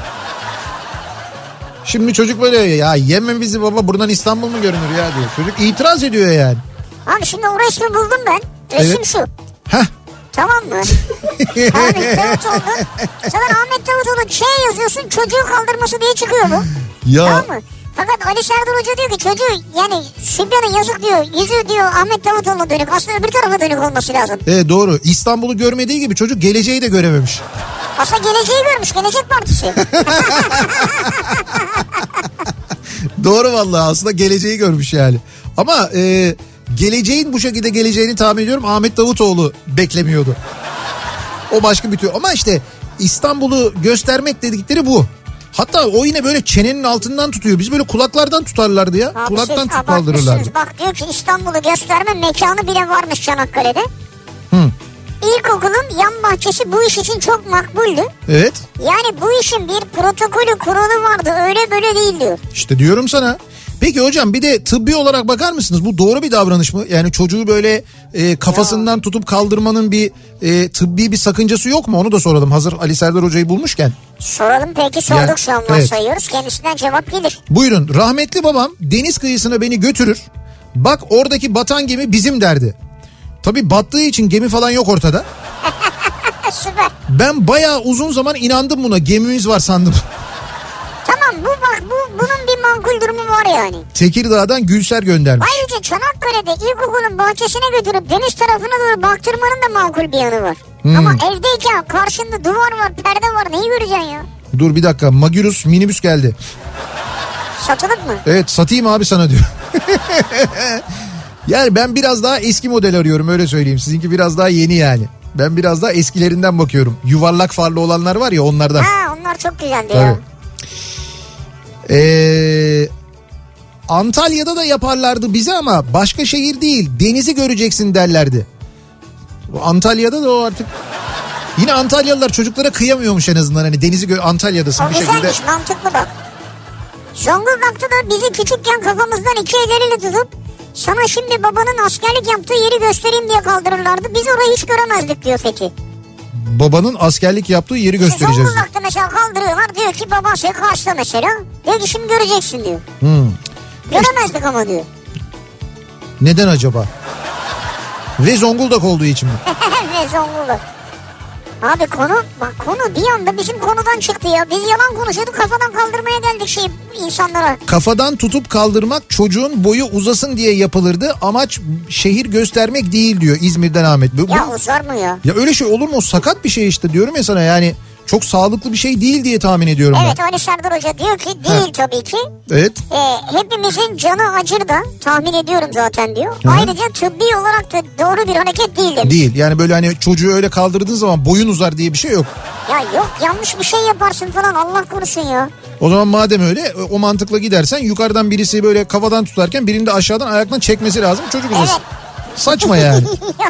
Şimdi çocuk böyle ya, yeme bizi baba buradan İstanbul mu görünür ya diyor. Çocuk itiraz ediyor yani. Abi şimdi o resmi buldum ben. Resim evet. Şu. Heh. Tamam mı? Ahmet Davutoğlu. Zaten Ahmet Davutoğlu Ç yazıyorsun, çocuğu kaldırması diye çıkıyor bu. Ya tamam mı? Fakat Ali Serdar Hoca diyor ki çocuğu yani Sübyan'a yazık diyor. Yüzü diyor Ahmet Davutoğlu'na dönük. Aslında öbür tarafa dönük olması lazım. Evet doğru. İstanbul'u görmediği gibi çocuk geleceği de görememiş. Aslında geleceği görmüş. Gelecek Partisi. Doğru vallahi aslında geleceği görmüş yani. Ama e, geleceğin bu şekilde geleceğini tahmin ediyorum Ahmet Davutoğlu beklemiyordu. O başka bir tür. Ama işte İstanbul'u göstermek dedikleri bu. Hatta o yine böyle çenenin altından tutuyor. Biz böyle kulaklardan tutarlardı ya. Abi kulaktan tutup kaldırırlardı. Bak diyor ki İstanbul'u gösterme mekanı bile varmış Çanakkale'de. Hı. İlkokulun yan bahçesi bu iş için çok makbuldü. Evet. Yani bu işin bir protokolü kuralı vardı öyle böyle değil diyor. İşte diyorum sana. Peki hocam bir de tıbbi olarak bakar mısınız? Bu doğru bir davranış mı? Yani çocuğu böyle e, kafasından ya. tutup kaldırmanın bir e, tıbbi bir sakıncası yok mu? Onu da soralım hazır Ali Serdar Hoca'yı bulmuşken. Soralım peki sorduk yani, şu an varsayıyoruz. Evet. Kendisinden cevap gelir. Buyurun rahmetli babam deniz kıyısına beni götürür. Bak oradaki batan gemi bizim derdi. Tabii battığı için gemi falan yok ortada. Süper. Ben bayağı uzun zaman inandım buna gemimiz var sandım. Tamam bu bak bu bunun bir makul durumu var yani. Tekirdağ'dan Gülser göndermiş. Ayrıca Çanakkale'de ilkokulun bahçesine götürüp deniz tarafına doğru baktırmanın da makul bir yanı var. Hmm. Ama evdeyken karşında duvar var, perde var, neyi göreceksin ya? Dur bir dakika, Magirus minibüs geldi. Satılık mı? Evet, satayım abi sana diyor. Yani ben biraz daha eski model arıyorum, öyle söyleyeyim. Sizinki biraz daha yeni yani. Ben biraz daha eskilerinden bakıyorum. Yuvarlak farlı olanlar var ya, onlardan. Ha, onlar çok güzeldi ya. Ee, Antalya'da da yaparlardı bize ama başka şehir değil, denizi göreceksin derlerdi. Antalya'da da o artık... Yine Antalyalılar çocuklara kıyamıyormuş en azından, hani denizi gör, Antalya'dasın o bir şekilde. O güzelmiş, mantıklı bak. Zonguldak'ta da bizi küçükken kafamızdan iki elleriyle tutup sana şimdi babanın askerlik yaptığı yeri göstereyim diye kaldırırlardı. Biz orayı hiç göremezdik diyor Fethi. Babanın askerlik yaptığı yeri göstereceğiz. Zonguldak'ta mesela kaldırıyorlar, diyor ki baban şey kaçta mesela. Diyor ki şimdi göreceksin diyor. Hmm. Göremezdik işte, ama diyor. Neden acaba? Ve Zonguldak olduğu için mi? Ve Zonguldak. Abi konu bak konu bir anda bizim konudan çıktı ya. Biz yalan konuşuyorduk, kafadan kaldırmaya geldik şey insanlara. Kafadan tutup kaldırmak çocuğun boyu uzasın diye yapılırdı. Amaç şehir göstermek değil diyor İzmir'den Ahmet. Bu, ya bu, uzar mı ya? Ya öyle şey olur mu? O sakat bir şey işte, diyorum ya sana yani. Çok sağlıklı bir şey değil diye tahmin ediyorum evet, ben. Evet, Ali Serdar Hoca diyor ki değil ha. Tabii ki. Evet. Ee, hepimizin canı acır da tahmin ediyorum zaten diyor. Hı. Ayrıca tıbbi olarak da doğru bir hareket değil demiş. Değil yani, böyle hani çocuğu öyle kaldırdığın zaman boyun uzar diye bir şey yok. Ya yok, yanlış bir şey yaparsın falan, Allah korusun ya. O zaman madem öyle, o mantıkla gidersen yukarıdan birisi böyle kafadan tutarken birinin de aşağıdan ayaktan çekmesi lazım, çocuk uzasın. Evet. Saçma yani.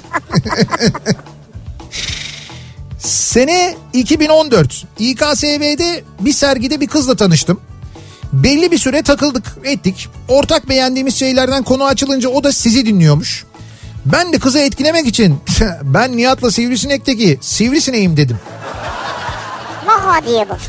Sene iki bin on dört İ K S V'de bir sergide bir kızla tanıştım. Belli bir süre takıldık ettik. Ortak beğendiğimiz şeylerden konu açılınca o da sizi dinliyormuş. Ben de kızı etkilemek için ben Nihat'la Sivrisinek'teki Sivrisineğim dedim. Vaha diye bak.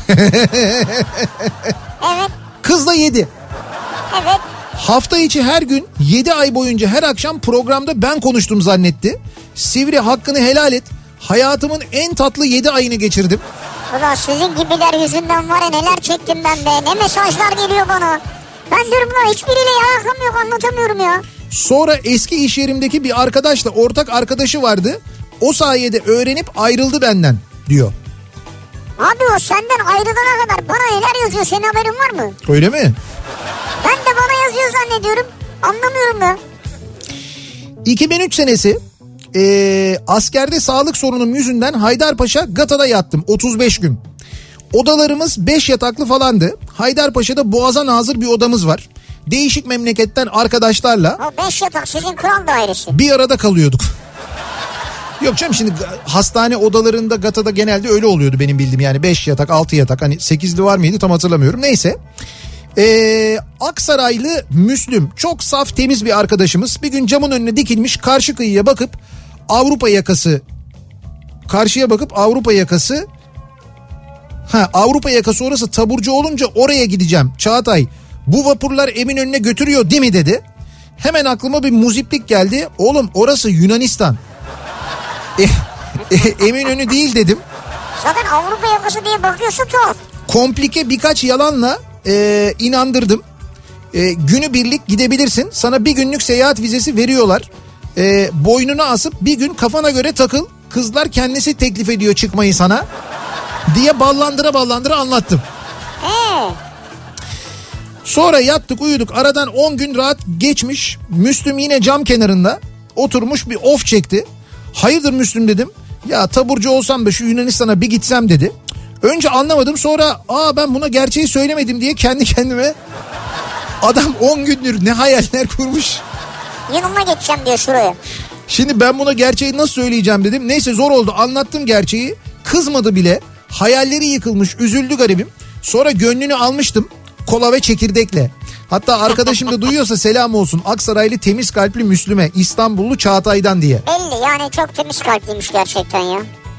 Evet. Kız da yedi. Evet. Hafta içi her gün yedi ay boyunca her akşam programda ben konuştum zannetti. Sivri hakkını helal et. Hayatımın en tatlı yedi ayını geçirdim. Ulan sizin gibiler yüzünden var ya neler çektim ben be. Ne mesajlar geliyor bana. Ben diyorum lan hiçbiriyle alakam yok, anlatamıyorum ya. Sonra eski iş yerimdeki bir arkadaşla ortak arkadaşı vardı. O sayede öğrenip ayrıldı benden diyor. Abi o senden ayrılana kadar bana neler yazıyor, senin haberin var mı? Öyle mi? Ben de bana yazıyor zannediyorum. Anlamıyorum da. iki bin üç senesi. Ee, askerde sağlık sorunum yüzünden Haydarpaşa Gata'da yattım otuz beş gün. Odalarımız beş yataklı falandı. Haydarpaşa'da boğaza nazır bir odamız var. Değişik memleketten arkadaşlarla. O beş yatak sizin kral dairesi. Bir arada kalıyorduk. Yok canım, şimdi hastane odalarında Gata'da genelde öyle oluyordu benim bildiğim. Yani beş yatak altı yatak, hani sekizli var mıydı tam hatırlamıyorum. Neyse. Ee, Aksaraylı Müslüm, çok saf temiz bir arkadaşımız, bir gün camın önüne dikilmiş karşı kıyıya bakıp Avrupa yakası karşıya bakıp Avrupa yakası ha Avrupa yakası orası taburcu olunca oraya gideceğim Çağatay, bu vapurlar Eminönü'ne götürüyor değil mi dedi. Hemen aklıma bir muziplik geldi, oğlum orası Yunanistan. e, e, Eminönü değil dedim. Zaten Avrupa yakası diye bakıyorsun tuhaf. Komplike birkaç yalanla e, inandırdım. e, günübirlik gidebilirsin. Sana bir günlük seyahat vizesi veriyorlar. E, boynuna asıp bir gün kafana göre takıl. Kızlar kendisi teklif ediyor çıkmayı sana diye ballandıra ballandıra anlattım. Ee? Sonra yattık uyuduk, aradan on gün rahat geçmiş. Müslüm yine cam kenarında oturmuş bir of çekti. Hayırdır Müslüm dedim. Ya taburcu olsam da şu Yunanistan'a bir gitsem dedi. Önce anlamadım, sonra aa ben buna gerçeği söylemedim diye kendi kendime, adam on gündür ne hayaller kurmuş. Yunan'a geçeceğim diyor şuraya. Şimdi ben buna gerçeği nasıl söyleyeceğim dedim. Neyse zor oldu, anlattım gerçeği. Kızmadı bile. Hayalleri yıkılmış, üzüldü garibim. Sonra gönlünü almıştım kola ve çekirdekle. Hatta arkadaşım da duyuyorsa selam olsun. Aksaraylı temiz kalpli Müslüme, İstanbullu Çağatay'dan diye. Belli yani, çok temiz kalpliymiş gerçekten ya.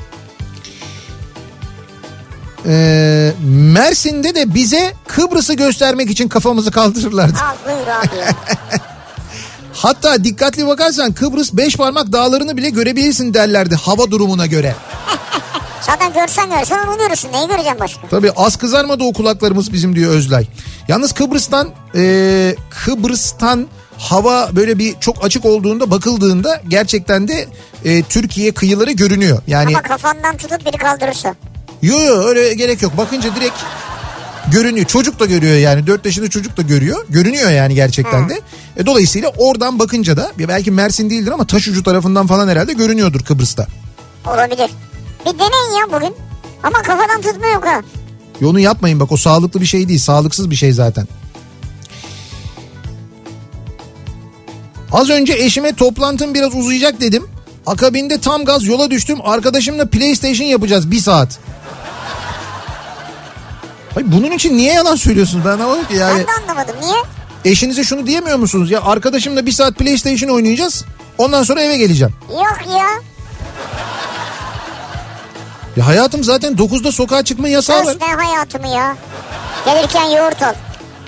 Ee, Mersin'de de bize Kıbrıs'ı göstermek için kafamızı kaldırırlardı. Al buyur abi ya. Hatta dikkatli bakarsan Kıbrıs beş parmak dağlarını bile görebilirsin derlerdi hava durumuna göre. Zaten görsen görsen onu görürsün. Neyi göreceğim başka? Tabii az kızarmadı o kulaklarımız bizim diyor Özlay. Yalnız Kıbrıs'tan e, Kıbrıs'tan hava böyle bir çok açık olduğunda, bakıldığında gerçekten de e, Türkiye kıyıları görünüyor. Yani ama kafandan tutup biri kaldırırsa. Yok yok öyle gerek yok. Bakınca direkt görünüyor. Çocuk da görüyor yani. dört yaşında çocuk da görüyor. Görünüyor yani gerçekten hmm. de. E, dolayısıyla oradan bakınca da belki Mersin değildir ama Taşucu tarafından falan herhalde görünüyordur Kıbrıs'ta. Olabilir. Bir deneyin ya bugün. Ama kafadan tutma yok ha. Onu yapmayın bak, o sağlıklı bir şey değil. Sağlıksız bir şey zaten. Az önce eşime toplantım biraz uzayacak dedim. Akabinde tam gaz yola düştüm. Arkadaşımla PlayStation yapacağız bir saat. Hayır, bunun için niye yalan söylüyorsunuz? Ben anlamadım ki yani. Ben de anlamadım. Niye? Eşinize şunu diyemiyor musunuz? Ya arkadaşımla bir saat PlayStation oynayacağız. Ondan sonra eve geleceğim. Yok ya. Ya hayatım zaten dokuzda sokağa çıkma yasağı var. Söz ne hayatımı ya. Gelirken yoğurt al.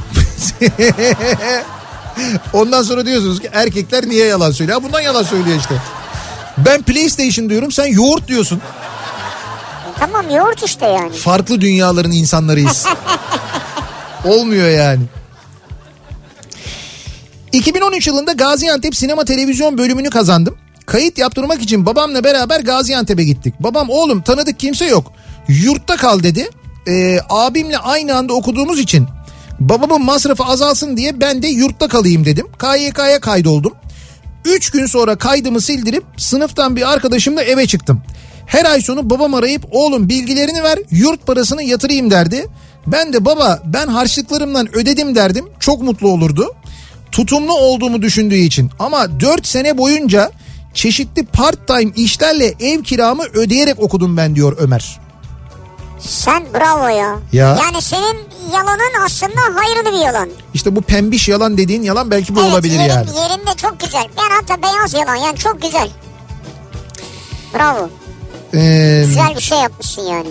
Ondan sonra diyorsunuz ki erkekler niye yalan söylüyor? Bundan yalan söylüyor işte. Ben PlayStation diyorum, sen yoğurt diyorsun. Tamam yoğurt işte yani. Farklı dünyaların insanlarıyız. Olmuyor yani. iki bin on üç yılında Gaziantep Sinema Televizyon bölümünü kazandım. Kayıt yaptırmak için babamla beraber Gaziantep'e gittik. Babam oğlum tanıdık kimse yok, yurtta kal dedi. Ee, abimle aynı anda okuduğumuz için babamın masrafı azalsın diye ben de yurtta kalayım dedim. K Y K'ya kaydoldum. Üç gün sonra kaydımı sildirip sınıftan bir arkadaşımla eve çıktım. Her ay sonu babam arayıp oğlum bilgilerini ver, yurt parasını yatırayım derdi. Ben de baba ben harçlıklarımdan ödedim derdim. Çok mutlu olurdu. Tutumlu olduğumu düşündüğü için. Ama dört sene boyunca çeşitli part time işlerle ev kiramı ödeyerek okudum ben diyor Ömer. Sen bravo ya. Ya. Yani senin yalanın aslında hayırlı bir yalan. İşte bu pembiş yalan dediğin yalan belki bu evet, olabilir yerin, yani. Yerinde çok güzel. Yani hatta beyaz yalan yani çok güzel. Bravo. Ee, güzel bir şey yapmışsın yani.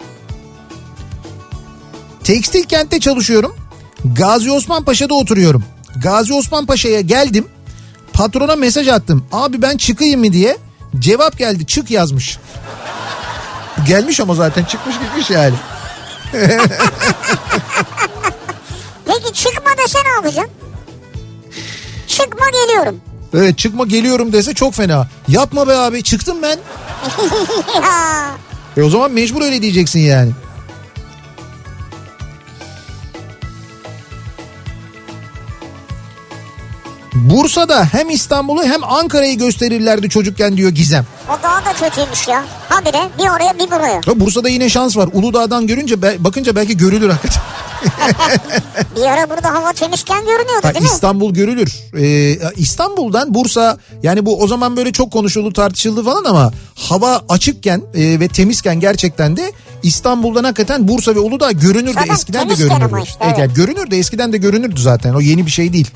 Tekstil kentte çalışıyorum. Gazi Osman Paşa'da oturuyorum. Gazi Osman Paşa'ya geldim. Patrona mesaj attım. Abi ben çıkayım mı diye. Cevap geldi, çık yazmış. Gelmiş ama zaten çıkmış gitmiş yani. Peki çıkma dese ne yapacaksın? Çıkma geliyorum. Evet, çıkma geliyorum dese çok fena. Yapma be abi, çıktım ben. Ya. E o zaman mecbur öyle diyeceksin yani. Bursa'da hem İstanbul'u hem Ankara'yı gösterirlerdi çocukken diyor Gizem. O daha da kötüymüş ya. Habire bir oraya bir buraya. Ya Bursa'da yine şans var. Uludağ'dan görünce bakınca belki görülür hakikaten. Bir ara burada hava temizken görünüyordu ha, değil mi? İstanbul görülür. Ee, İstanbul'dan Bursa, yani bu o zaman böyle çok konuşuldu, tartışıldı falan ama hava açıkken e, ve temizken gerçekten de İstanbul'dan hakikaten Bursa ve Uludağ görünürdü. Zaten eskiden de görünürdü. Işte, evet. evet. Yani görünürdü, eskiden de görünürdü zaten. O yeni bir şey değil.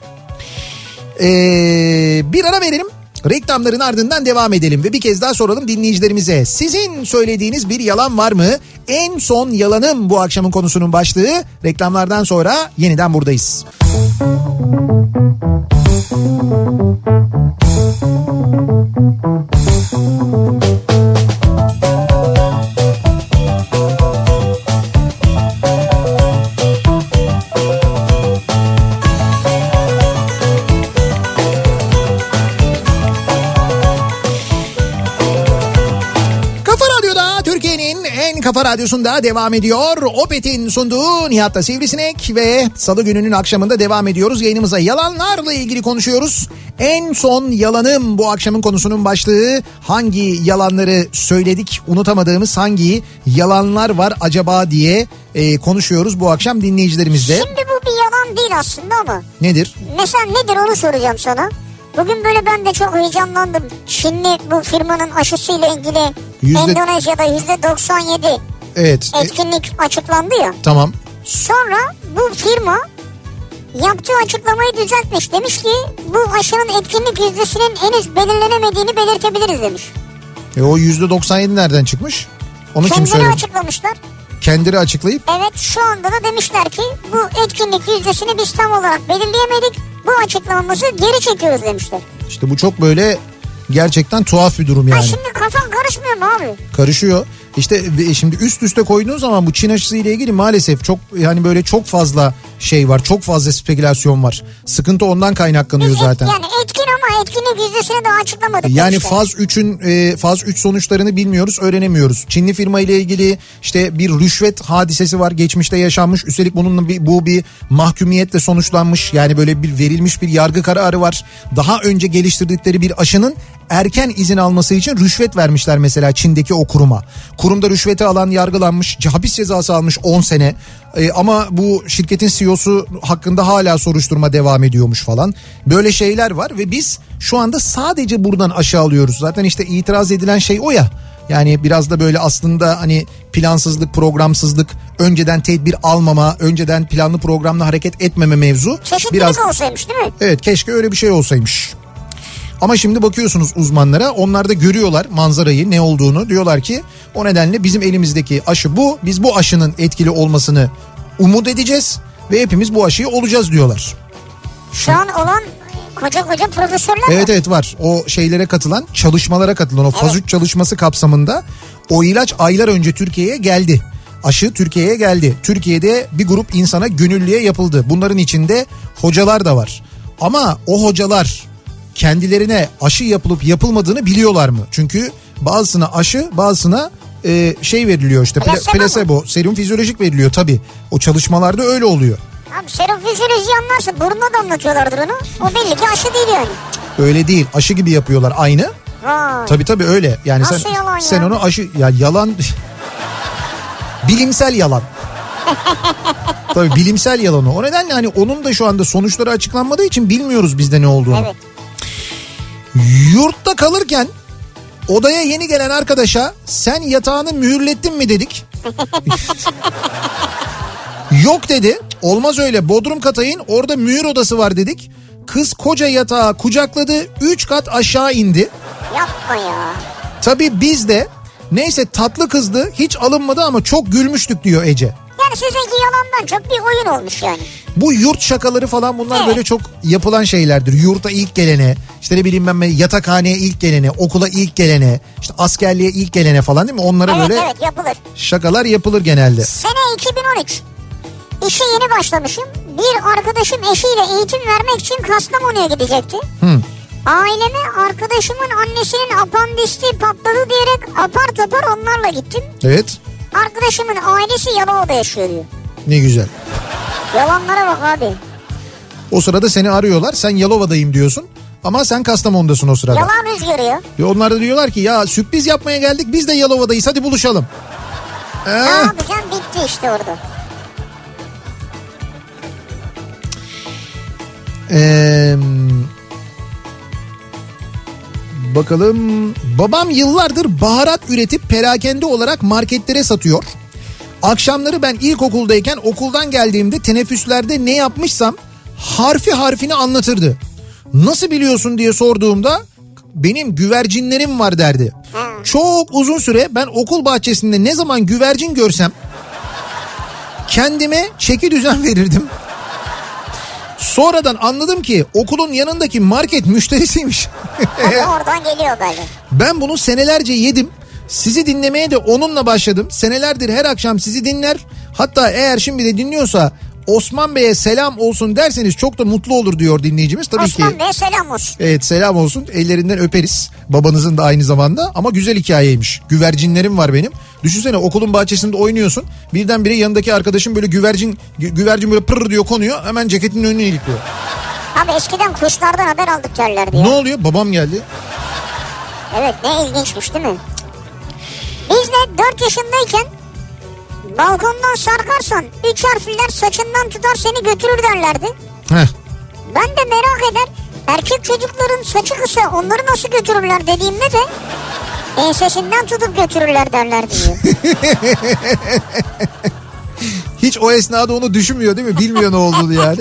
Ee, bir ara verelim. Reklamların ardından devam edelim ve bir kez daha soralım dinleyicilerimize. Sizin söylediğiniz bir yalan var mı? En son yalanım bu akşamın konusunun başlığı. Reklamlardan sonra yeniden buradayız. Kafa Radyosu'nda devam ediyor. Opet'in sunduğu Nihat'ta Sivrisinek ve salı gününün akşamında devam ediyoruz. Yayınımıza yalanlarla ilgili konuşuyoruz. En son yalanım bu akşamın konusunun başlığı. Hangi yalanları söyledik, unutamadığımız hangi yalanlar var acaba diye e, konuşuyoruz bu akşam dinleyicilerimizle. Şimdi bu bir yalan değil aslında ama. Nedir? Mesela nedir onu soracağım sana. Bugün böyle ben de çok heyecanlandım. Çinli bu firmanın aşısıyla ilgili Yüzde... Endonezya'da yüzde doksan yedi evet. etkinlik açıklandı ya. Tamam. Sonra bu firma yaptığı açıklamayı düzeltmiş. Demiş ki bu aşının etkinlik yüzdesinin henüz belirlenemediğini belirtebiliriz demiş. E o yüzde doksan yedi nereden çıkmış? Onu Kendileri kim söyledi? açıklamışlar. Kendileri açıklayıp? Evet, şu anda da demişler ki bu etkinlik yüzdesini biz tam olarak belirleyemedik. Bu açıklamamızı geri çekiyoruz demişler. İşte bu çok böyle gerçekten tuhaf bir durum yani. Ha şimdi kafan karışmıyor mu abi? Karışıyor. İşte şimdi üst üste koyduğun zaman bu Çin aşısı ile ilgili maalesef çok yani böyle çok fazla şey var. Çok fazla spekülasyon var. Sıkıntı ondan kaynaklanıyor Biz zaten. Et, yani etkin ama etkinlik yüzdesini daha açıklamadık. Yani demişler. faz üçün e, faz üç sonuçlarını bilmiyoruz, öğrenemiyoruz. Çinli firma ile ilgili işte bir rüşvet hadisesi var. Geçmişte yaşanmış. Üstelik bununla bir, bu bir mahkumiyetle sonuçlanmış. Yani böyle bir verilmiş bir yargı kararı var. Daha önce geliştirdikleri bir aşının erken izin alması için rüşvet vermişler mesela Çin'deki o kuruma. Kurumda rüşveti alan yargılanmış, hapis cezası almış on sene. Ee, ama bu şirketin C E O'su hakkında hala soruşturma devam ediyormuş falan. Böyle şeyler var ve biz şu anda sadece buradan aşağı alıyoruz. Zaten işte itiraz edilen şey o ya. Yani biraz da böyle aslında hani plansızlık, programsızlık, önceden tedbir almama, önceden planlı programlı hareket etmeme mevzu. Çeşitlilik biraz olsaymış değil mi? Evet, keşke öyle bir şey olsaymış. Ama şimdi bakıyorsunuz uzmanlara, onlar da görüyorlar manzarayı, ne olduğunu, diyorlar ki o nedenle bizim elimizdeki aşı bu, biz bu aşının etkili olmasını umut edeceğiz ve hepimiz bu aşıyı olacağız diyorlar. Şu an olan koca koca profesörler Evet var. evet var o şeylere katılan, çalışmalara katılan o faz üç evet. çalışması kapsamında o ilaç aylar önce Türkiye'ye geldi. Aşı Türkiye'ye geldi. Türkiye'de bir grup insana gönüllüye yapıldı. Bunların içinde hocalar da var. Ama o hocalar kendilerine aşı yapılıp yapılmadığını biliyorlar mı? Çünkü bazısına aşı, bazısına e, şey veriliyor işte plasebo, plasebo serum fizyolojik veriliyor tabii. O çalışmalarda öyle oluyor. Abi serum fizyoloji anlarsın, burnuna damlatıyorlardır onu. O belli ki aşı değil yani. Öyle değil, aşı gibi yapıyorlar aynı. Vay. Tabii tabii öyle. Yani nasıl sen yalan sen ya? onu aşı ya yalan bilimsel yalan. Tabii bilimsel yalan o. O nedenle hani onun da şu anda sonuçları açıklanmadığı için bilmiyoruz bizde ne olduğunu. Evet. Yurtta kalırken odaya yeni gelen arkadaşa sen yatağını mühürlettin mi dedik. Yok dedi. Olmaz öyle, bodrum kata in, orada mühür odası var dedik. Kız koca yatağı kucakladı, üç kat aşağı indi. Yapma ya. Tabii biz de neyse tatlı kızdı, hiç alınmadı ama çok gülmüştük diyor Ece. Yani sizinki yalandan çok bir oyun olmuş yani. Bu yurt şakaları falan bunlar evet. böyle çok yapılan şeylerdir. Yurta ilk gelene, işte ne bileyim ben yatakhaneye ilk gelene, okula ilk gelene, işte askerliğe ilk gelene falan değil mi? Onlara evet, böyle evet, yapılır. Şakalar yapılır genelde. Sene iki bin on üç. İşe yeni başlamışım. Bir arkadaşım eşiyle eğitim vermek için Kastamonu'ya gidecekti. Hı. Aileme arkadaşımın annesinin apandisti patladı diyerek apar topar onlarla gittim. Evet. Arkadaşımın ailesi Yalova'da yaşıyor diyor. Ne güzel. Yalanlara bak abi. O sırada seni arıyorlar, sen Yalova'dayım diyorsun ama sen Kastamonu'dasın o sırada. Yalan rüzgarı ya. Ve onlar da diyorlar ki ya sürpriz yapmaya geldik, biz de Yalova'dayız, hadi buluşalım. Ee? Ne yapacaksın, bitti işte orada. Eee... Bakalım, babam yıllardır baharat üretip perakende olarak marketlere satıyor. Akşamları ben ilkokuldayken okuldan geldiğimde teneffüslerde ne yapmışsam harfi harfini anlatırdı. Nasıl biliyorsun diye sorduğumda benim güvercinlerim var derdi. Çok uzun süre ben okul bahçesinde ne zaman güvercin görsem kendime çeki düzen verirdim. Sonradan anladım ki okulun yanındaki market müşterisiymiş. Oradan geliyor böyle. Ben bunu senelerce yedim. Sizi dinlemeye de onunla başladım. Senelerdir her akşam sizi dinler. Hatta eğer şimdi de dinliyorsa Osman Bey'e selam olsun derseniz çok da mutlu olur diyor dinleyicimiz. Tabii Osman ki. Bey'e selam olsun. Evet, selam olsun. Ellerinden öperiz. Babanızın da aynı zamanda. Ama güzel hikayeymiş. Güvercinlerim var benim. Düşünsene, okulun bahçesinde oynuyorsun. Birdenbire yanındaki arkadaşın böyle güvercin gü- güvercin böyle pırr diyor, konuyor. Hemen ceketinin önüne ilikliyor. Abi eskiden kuşlardan haber aldık derlerdi ya. Ne oluyor? Babam geldi. Evet, ne ilginçmiş değil mi? Biz de dört yaşındayken balkondan sarkarsan üç harfliler saçından tutar seni götürür derlerdi. Heh. Ben de merak eder, erkek çocukların saçı kısa, onları nasıl götürürler dediğimde de ensesinden tutup götürürler derlerdi diyor. Hiç o esnada onu düşünmüyor değil mi? Bilmiyor ne olduğunu yani.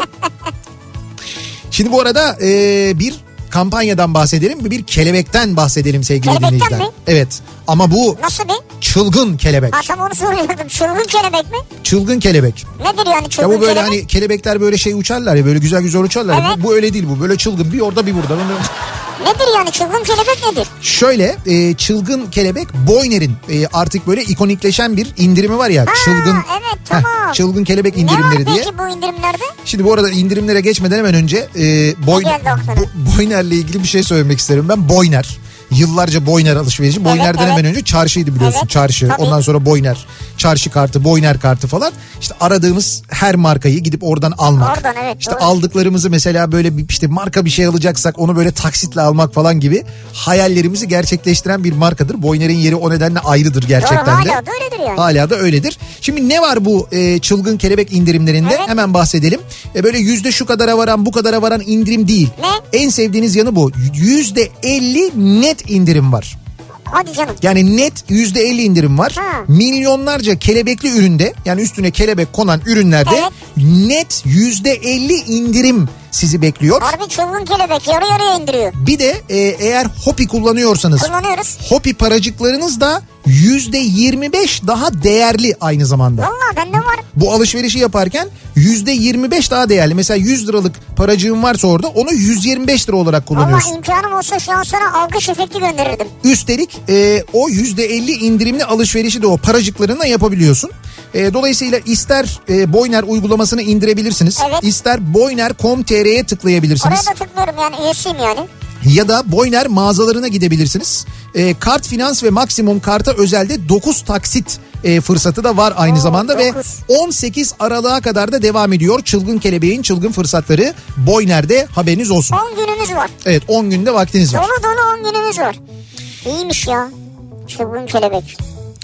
Şimdi bu arada e, bir kampanyadan bahsedelim, bir kelebekten bahsedelim sevgili Kelebekten dinleyiciler. mi? Evet, ama bu Nasıl bir? çılgın kelebek. Ha, tam onu soruyordum. Çılgın kelebek mi? Çılgın kelebek. Nedir yani çılgın Ya bu böyle kelebek? hani kelebekler böyle şey uçarlar ya, böyle güzel güzel uçarlar. Evet. Bu, bu öyle değil, bu böyle çılgın, bir orada bir burada. Nedir yani çılgın kelebek nedir? Şöyle e, çılgın kelebek Boyner'in e, artık böyle ikonikleşen bir indirimi var ya. Ha, çılgın evet, tamam. heh, çılgın kelebek Ne indirimleri var diye. peki bu indirimlerde? Şimdi bu arada indirimlere geçmeden hemen önce e, Boy, geldi aklına? Bo- Boyner'le ilgili bir şey söylemek isterim. Ben Boyner. Yıllarca Boyner alışverişi. Evet, Boyner'den evet. hemen önce çarşıydı biliyorsun. Evet, Çarşı. tabii. Ondan sonra Boyner. Çarşı kartı, Boyner kartı falan. İşte aradığımız her markayı gidip oradan almak. Oradan, evet, İşte doğru. aldıklarımızı mesela böyle bir işte marka bir şey alacaksak onu böyle taksitle almak falan gibi hayallerimizi gerçekleştiren bir markadır. Boyner'in yeri o nedenle ayrıdır gerçekten Doğru, de. hala da öyledir yani. Hala da öyledir. Şimdi ne var bu e, çılgın kelebek indirimlerinde? Evet. Hemen bahsedelim. E, böyle yüzde şu kadara varan, bu kadara varan indirim değil. Ne? En sevdiğiniz yanı bu. Yüzde elli net indirim var. Hadi canım. Yani net yüzde elli indirim var. Ha. Milyonlarca kelebekli üründe, yani üstüne kelebek konan ürünlerde Evet. net yüzde elli indirim sizi bekliyor. Harbi çılgın kelebek yarı yarıya indiriyor. Bir de e, eğer Hopi kullanıyorsanız Kullanıyoruz. Hopi paracıklarınız da yüzde yirmi beş daha değerli aynı zamanda. Valla bende var. Bu alışverişi yaparken yüzde yirmi beş daha değerli. Mesela yüz liralık paracığın varsa orada onu yüz yirmi beş lira olarak kullanıyorsun. Valla imkanım olsa şu an sana alkış efekti gönderirdim. Üstelik e, o yüzde elli indirimli alışverişi de o paracıklarına yapabiliyorsun. E, dolayısıyla ister e, Boyner uygulamasını indirebilirsiniz. Evet. İster boyner nokta com nokta tr'ye tıklayabilirsiniz. Oraya da tıklıyorum yani, üyesiyim yani. Ya da Boyner mağazalarına gidebilirsiniz. E, kart finans ve maksimum karta özelde dokuz taksit e, fırsatı da var aynı Oo, zamanda. dokuz. Ve on sekiz Aralık'a kadar da devam ediyor. Çılgın kelebeğin çılgın fırsatları Boyner'de, haberiniz olsun. on günümüz var. Evet, on günde vaktiniz var. Dolu dolu on günümüz var. İyiymiş ya. Çılgın kelebek.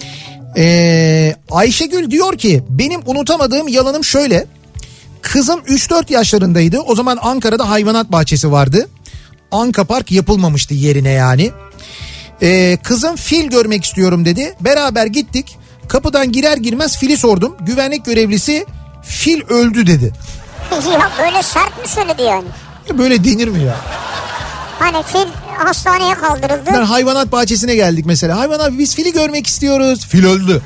Ee, Ayşegül diyor ki benim unutamadığım yalanım şöyle. Kızım üç dört yaşlarındaydı. O zaman Ankara'da hayvanat bahçesi vardı. Anka Park yapılmamıştı yerine yani. Ee, kızım fil görmek istiyorum dedi. Beraber gittik. Kapıdan girer girmez fili sordum. Güvenlik görevlisi fil öldü dedi. Ya böyle sert mi söyledi yani? Böyle denir mi ya? Hani fil hastaneye kaldırıldı. Ben hayvanat bahçesine geldik mesela. Hayvanat, biz fili görmek istiyoruz. Fil öldü.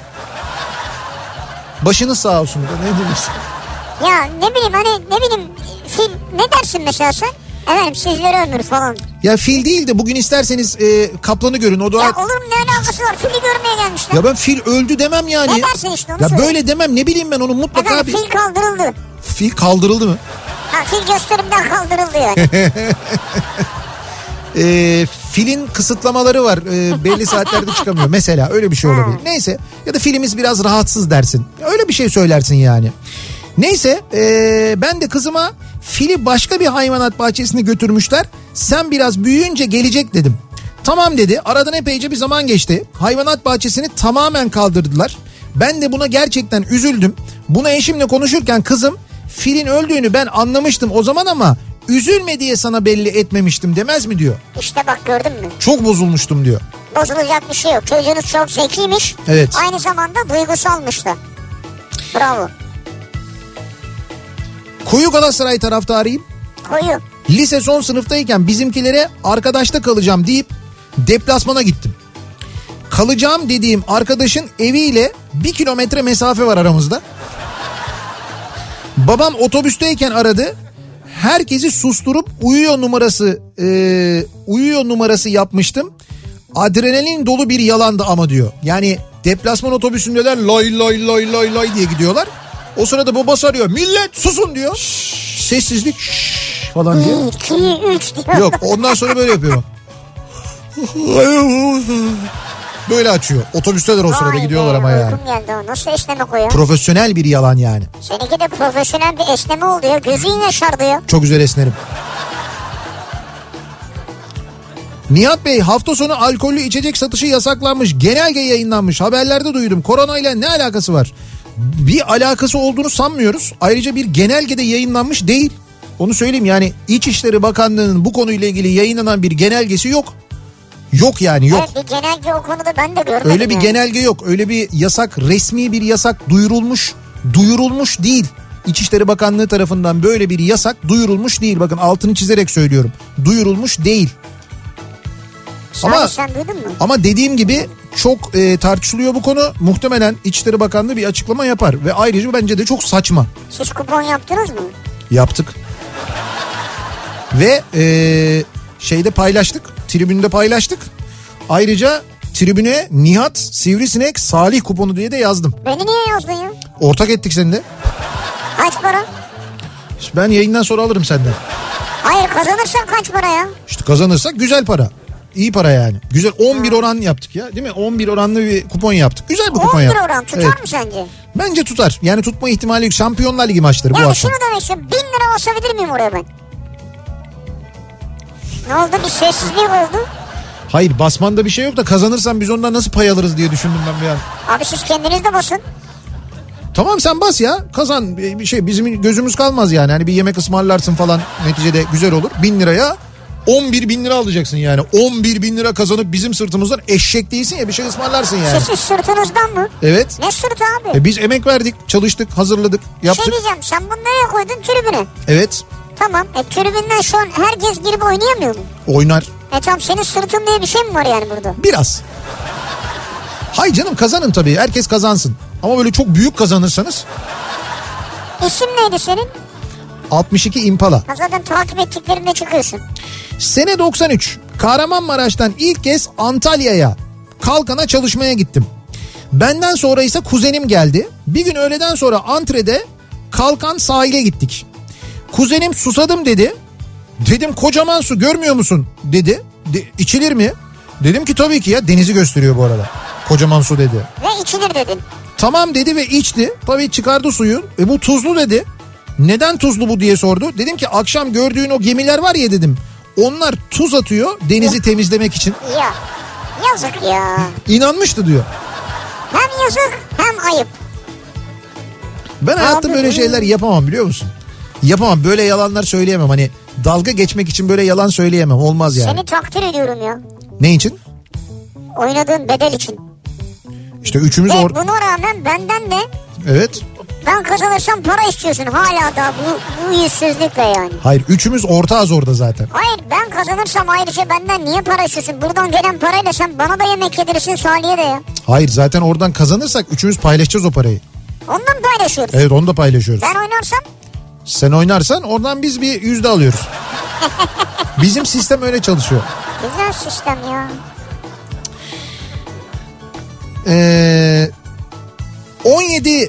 Başınız sağ olsun. Ne diyorsun? Ya ne bileyim hani ne bileyim fil ne dersin mesela sen? Efendim sizlere ömür falan. Ya fil değil de bugün isterseniz e, kaplanı görün. O da... Ya olur mu, ne alakası var? Fili görmeye gelmişler. Ya ben fil öldü demem yani. Ne dersin işte, onu Ya söyle. böyle demem, ne bileyim ben onu mutlaka Efendim bir... fil kaldırıldı. Fil kaldırıldı mı? Ha, fil gösterimden kaldırıldı yani. E, filin kısıtlamaları var. E, belli saatlerde çıkamıyor. Mesela öyle bir şey olabilir. Neyse, ya da filimiz biraz rahatsız dersin. Öyle bir şey söylersin yani. Neyse e, ben de kızıma fili başka bir hayvanat bahçesine götürmüşler. Sen biraz büyüyünce gelecek dedim. Tamam dedi. Aradan epeyce bir zaman geçti. Hayvanat bahçesini tamamen kaldırdılar. Ben de buna gerçekten üzüldüm. Buna eşimle konuşurken kızım filin öldüğünü ben anlamıştım o zaman ama üzülme diye sana belli etmemiştim demez mi diyor. İşte bak, gördün mü? Çok bozulmuştum diyor. Bozulacak bir şey yok. Çocuğunuz çok zekiymiş. Evet. Aynı zamanda duygusalmış da. Bravo. Koyu Galatasaray taraftarıyım. Koyu. Lise son sınıftayken bizimkilere arkadaşta kalacağım deyip deplasmana gittim. Kalacağım dediğim arkadaşın eviyle bir kilometre mesafe var aramızda. Babam otobüsteyken aradı. Herkesi susturup uyuyor numarası e, uyuyor numarası yapmıştım. Adrenalin dolu bir yalandı ama diyor. Yani deplasman otobüsündeler lay lay lay lay lay diye gidiyorlar. O sırada babası arıyor. Millet susun diyor. Şşş, sessizlik şşş falan diyor. bir, iki, üç diyor. Yok, ondan sonra böyle yapıyor. Böyle açıyor. Otobüsteler o sırada, Vay gidiyorlar be, ama yani. Uykum geldi o. Nasıl esnemek o ya? Profesyonel bir yalan yani. Seninki de profesyonel bir esneme oldu ya. Gözün yaşardı ya. Çok güzel esnerim. Nihat Bey, hafta sonu alkollü içecek satışı yasaklanmış. Genelge yayınlanmış. Haberlerde duydum. Koronayla ne alakası var? Bir alakası olduğunu sanmıyoruz. Ayrıca bir genelge de yayınlanmış değil. Onu söyleyeyim, yani İçişleri Bakanlığı'nın bu konuyla ilgili yayınlanan bir genelgesi yok. Yok yani, yok. Evet, bir genelge o konuda ben de görmedim. Öyle bir yani. genelge yok. Öyle bir yasak, resmi bir yasak duyurulmuş, duyurulmuş değil. İçişleri Bakanlığı tarafından böyle bir yasak duyurulmuş değil. Bakın, altını çizerek söylüyorum. Duyurulmuş değil. Sadece Ama sen duydun mu? ama dediğim gibi çok e, tartışılıyor bu konu. Muhtemelen İçişleri Bakanlığı bir açıklama yapar ve ayrıca bence de çok saçma. Siz kupon yaptınız mı? Yaptık. Ve e, şeyde paylaştık. Tribünde paylaştık. Ayrıca tribüne Nihat Sivrisinek Salih kuponu diye de yazdım. Beni niye yazdın ya? Ortak ettik seninle. Kaç para? Ben yayından sonra alırım senden. Hayır, kazanırsan kaç para ya? İşte kazanırsak güzel para. İyi para yani. Güzel, on bir oran yaptık ya, değil mi? on bir oranlı bir kupon yaptık. Güzel bir kupon on bir yaptık. oran tutar Evet. mı sence? Bence tutar. Yani tutma ihtimali yok. Şampiyonlar Ligi maçları bu Yani akşam. şunu demek istiyorum. Bin lira basabilir miyim oraya ben? Ne oldu? Bir sessizlik oldu. Hayır, basmanda bir şey yok da kazanırsan biz ondan nasıl pay alırız diye düşündüm ben bir an. Abi siz kendiniz de basın. Tamam, sen bas ya, kazan, bir şey, bizim gözümüz kalmaz yani. Hani bir yemek ısmarlarsın falan, neticede güzel olur. Bin liraya on bir bin lira alacaksın yani. on bir bin lira kazanıp bizim sırtımızdan eşek değilsin ya, bir şey ısmarlarsın yani. Siz sırtınızdan mı? Evet. Ne sırtı abi? E biz emek verdik, çalıştık, hazırladık, Bir yaptık. şey diyeceğim, sen bunu nereye koydun? Tribüne. Evet. Tamam, e tribünden şu an herkes girip oynayamıyor mu? Oynar. E tamam, senin sırtın diye bir şey mi var yani burada? Biraz. Hay canım, kazanın tabii, herkes kazansın. Ama böyle çok büyük kazanırsanız. İsim neydi senin? altmış iki Impala. Ha, zaten takip ettiklerinde çıkıyorsun. Sene doksan üç. Kahramanmaraş'tan ilk kez Antalya'ya, Kalkan'a çalışmaya gittim. Benden sonra ise kuzenim geldi. Bir gün öğleden sonra antrede Kalkan sahile gittik. Kuzenim susadım dedi. Dedim kocaman su görmüyor musun dedi. De, içilir mi? Dedim ki tabii ki ya, denizi gösteriyor bu arada. Kocaman su dedi. Ve içilir dedin. Tamam dedi ve içti. Tabii çıkardı suyu. E bu tuzlu dedi. Neden tuzlu bu diye sordu. Dedim ki akşam gördüğün o gemiler var ya dedim. Onlar tuz atıyor denizi temizlemek için. Ya yazık ya. İnanmıştı diyor. Hem yazık hem ayıp. Ben hayatta Abi, böyle bu- şeyler yapamam, biliyor musun? Yapamam, böyle yalanlar söyleyemem. Hani dalga geçmek için böyle yalan söyleyemem. Olmaz yani. Seni takdir ediyorum ya. Ne için? Oynadığın bedel için. İşte üçümüz Ve or... buna rağmen benden de Evet. ben kazanırsam para istiyorsun. Hala da bu, bu yüzsüzlükle yani. Hayır, üçümüz ortağız orada zaten. Hayır, ben kazanırsam ayrıca benden niye para istiyorsun? Buradan gelen parayla sen bana da yemek yedirirsin, Salih'e de ya. Hayır, zaten oradan kazanırsak üçümüz paylaşacağız o parayı. Ondan paylaşıyoruz. Evet, onu da paylaşıyoruz. Ben oynarsam Sen oynarsan oradan biz bir yüzde alıyoruz. Bizim sistem öyle çalışıyor. güzel sistem ya. Ee, on yedi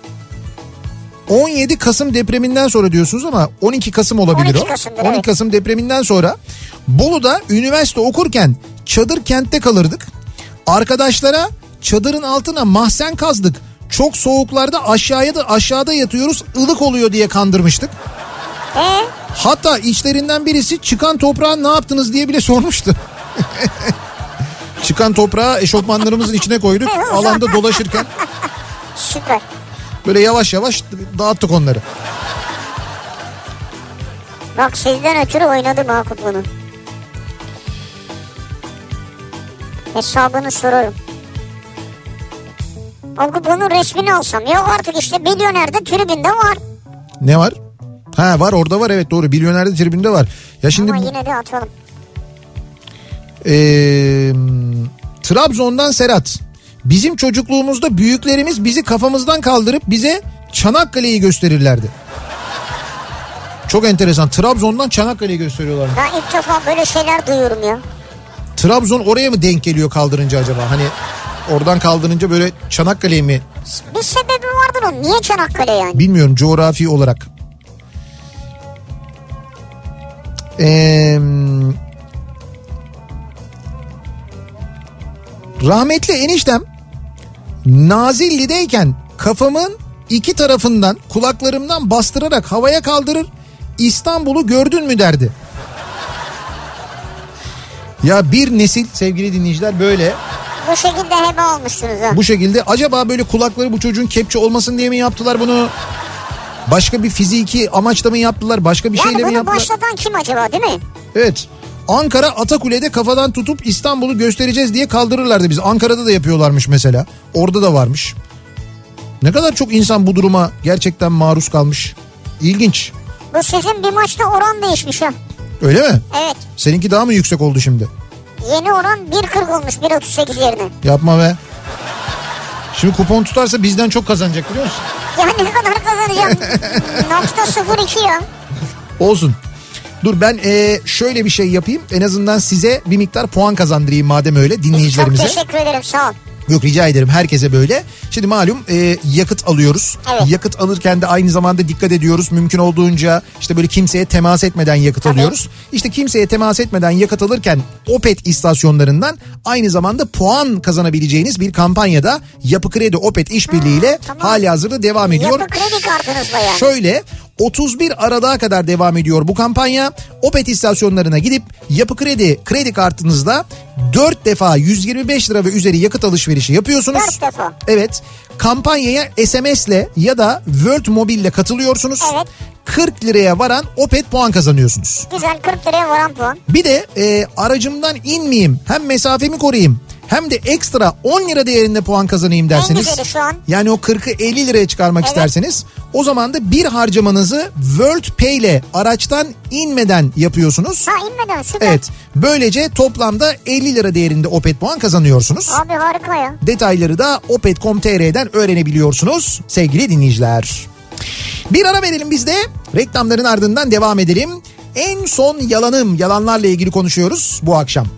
on yedi Kasım depreminden sonra diyorsunuz ama on iki Kasım olabilir on iki o. Kasım'dır, on iki evet. Kasım depreminden sonra Bolu'da üniversite okurken çadır kentte kalırdık. Arkadaşlara çadırın altına mahzen kazdık. Çok soğuklarda aşağıya da aşağıda yatıyoruz, ılık oluyor diye kandırmıştık. Ee, Hatta içlerinden birisi çıkan toprağı ne yaptınız diye bile sormuştu. Çıkan toprağı eşofmanlarımızın içine koyduk. Alanda dolaşırken süper. böyle yavaş yavaş dağıttık onları. Bak sizden ötürü oynadım ha kuponu. Hesabını sorarım. O kuponun resmini alsam. Yok artık, işte Milyoner'de tribünde var. Ne var? Ha, var, orada var, evet doğru. Milyonerde tribünde var. Ya şimdi Ama bu- yine de atalım. Ee, Trabzon'dan Serhat. Bizim çocukluğumuzda büyüklerimiz bizi kafamızdan kaldırıp bize Çanakkale'yi gösterirlerdi. Çok enteresan. Trabzon'dan Çanakkale'yi gösteriyorlar. Ben ilk defa böyle şeyler duyuyorum ya. Trabzon oraya mı denk geliyor kaldırınca acaba? Hani oradan kaldırınca böyle Çanakkale'yi mi? Bir sebebi vardır oğlum? Niye Çanakkale yani? Bilmiyorum coğrafi olarak. Eee... Rahmetli eniştem Nazilli'deyken kafamın iki tarafından kulaklarımdan bastırarak havaya kaldırır, İstanbul'u gördün mü derdi. Ya bir nesil sevgili dinleyiciler böyle. Bu şekilde hebe olmuşsunuz ha. Bu şekilde acaba böyle kulakları bu çocuğun kepçe olmasın diye mi yaptılar bunu? Başka bir fiziki amaçla mı yaptılar? Başka bir yani şeyle mi yaptılar? Yani bunu başlatan kim acaba, değil mi? Evet. Ankara Atakule'de kafadan tutup İstanbul'u göstereceğiz diye kaldırırlardı biz. Ankara'da da yapıyorlarmış mesela. Orada da varmış. Ne kadar çok insan bu duruma gerçekten maruz kalmış. İlginç. Bu sizin bir maçta oran değişmiş ha. Öyle mi? Evet. Seninki daha mı yüksek oldu şimdi? Yeni oran bir kırk olmuş, bir otuz sekiz yerine. Yapma be. Şimdi kupon tutarsa bizden çok kazanacak biliyor musun? Ya ne kadar kazanacağım? Nokta sıfır iki ya. Olsun. Dur ben e, şöyle bir şey yapayım. En azından size bir miktar puan kazandırayım madem öyle dinleyicilerimize. Çok teşekkür ederim, sağ ol. Yok rica ederim, herkese böyle. Şimdi malum e, yakıt alıyoruz. Evet. Yakıt alırken de aynı zamanda dikkat ediyoruz. Mümkün olduğunca işte böyle kimseye temas etmeden yakıt Tabii. alıyoruz. İşte kimseye temas etmeden yakıt alırken Opet istasyonlarından aynı zamanda puan kazanabileceğiniz bir kampanyada Yapı Kredi Opet işbirliğiyle tamam. halihazırda devam ediyor. Yapı Kredi kartınızla yani. Şöyle otuz bir Aralık'a kadar devam ediyor bu kampanya. Opet istasyonlarına gidip Yapı Kredi kredi kartınızla dört defa yüz yirmi beş lira ve üzeri yakıt alışverişi yapıyorsunuz. dört defa. Evet. Kampanyaya S M S'le ya da World Mobile'le katılıyorsunuz. Evet. kırk liraya varan Opet puan kazanıyorsunuz. Güzel, kırk liraya varan puan. Bir de e, aracımdan inmeyeyim, hem mesafemi koruyayım, hem de ekstra on lira değerinde puan kazanayım derseniz. En güzeli şu an. Yani o kırkı elli liraya çıkarmak Evet. isterseniz o zaman da bir harcamanızı World Pay ile araçtan inmeden yapıyorsunuz. Ha, inmeden, süper. Evet. Böylece toplamda elli lira değerinde Opet puan kazanıyorsunuz. Abi harika ya. Detayları da opet nokta com nokta t r'den öğrenebiliyorsunuz sevgili dinleyiciler. Bir ara verelim biz de, reklamların ardından devam edelim. En son yalanım, yalanlarla ilgili konuşuyoruz bu akşam.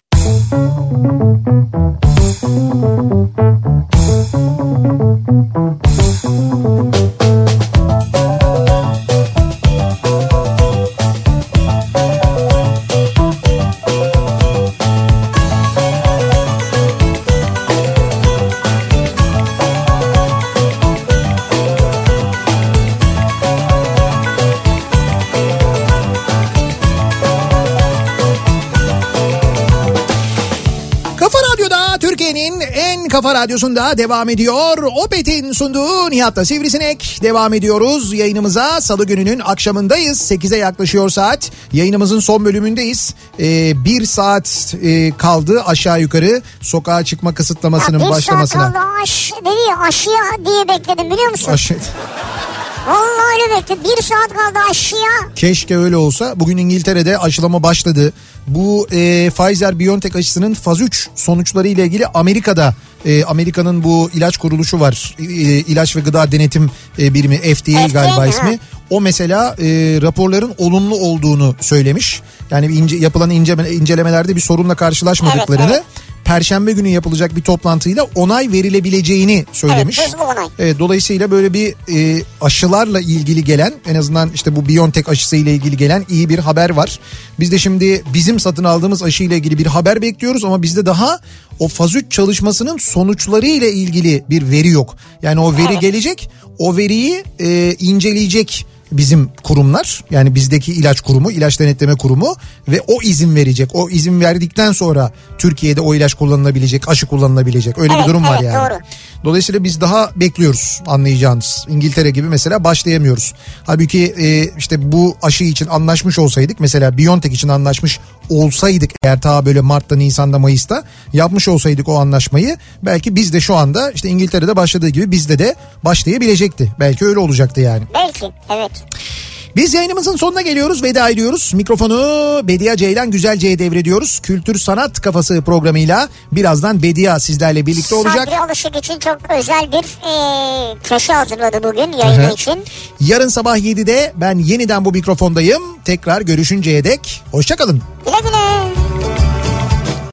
Kafa Radyosu'nda devam ediyor. Opet'in sunduğu Nihat'la Sivrisinek. Devam ediyoruz yayınımıza. Salı gününün akşamındayız. sekize yaklaşıyor saat. Yayınımızın son bölümündeyiz. Ee, bir saat e, kaldı aşağı yukarı sokağa çıkma kısıtlamasının ya bir başlamasına. saat kaldı aş, dedi ya, aşıya diye bekledim biliyor musun? Aşı... Vallahi öyle bekledim. Bir saat kaldı aşıya. Keşke öyle olsa. Bugün İngiltere'de aşılama başladı. Bu e, Pfizer-BioNTech aşısının faz üç sonuçları ile ilgili Amerika'da e, Amerika'nın bu ilaç kuruluşu var. E, ilaç ve Gıda Denetim e, Birimi F D A F D A galiba mi? ismi. O mesela e, raporların olumlu olduğunu söylemiş. Yani ince, yapılan ince, incelemelerde bir sorunla karşılaşmadıklarını. Evet, evet. Perşembe günü yapılacak bir toplantıyla onay verilebileceğini söylemiş. Evet, hızlı onay. Evet, dolayısıyla böyle bir e, aşılarla ilgili gelen, en azından işte bu BioNTech aşısı ile ilgili gelen iyi bir haber var. Biz de şimdi bizim satın aldığımız aşı ile ilgili bir haber bekliyoruz ama bizde daha o faz üç çalışmasının sonuçları ile ilgili bir veri yok. Yani o veri Evet. gelecek, o veriyi e, inceleyecek bizim kurumlar, yani bizdeki ilaç kurumu, ilaç denetleme kurumu ve o izin verecek. O izin verdikten sonra Türkiye'de o ilaç kullanılabilecek, aşı kullanılabilecek. Öyle Evet, bir durum var evet, yani. doğru. Dolayısıyla biz daha bekliyoruz, anlayacağınız. İngiltere gibi mesela başlayamıyoruz. Halbuki e, işte bu aşı için anlaşmış olsaydık, mesela BioNTech için anlaşmış olsaydık eğer ta böyle Mart'ta, Nisan'da, Mayıs'ta yapmış olsaydık o anlaşmayı, belki biz de şu anda işte İngiltere'de başladığı gibi bizde de başlayabilecekti. Belki öyle olacaktı yani. Belki, evet. Biz yayınımızın sonuna geliyoruz, veda ediyoruz. Mikrofonu Bediye Ceylan Güzelce'ye devrediyoruz. Kültür Sanat Kafası programıyla birazdan Bediye sizlerle birlikte olacak. Sabri Alışık için çok özel bir e, köşe hazırladı bugün yayını Hı-hı. için. Yarın sabah yedide ben yeniden bu mikrofondayım. Tekrar görüşünceye dek hoşça kalın. Güle güle.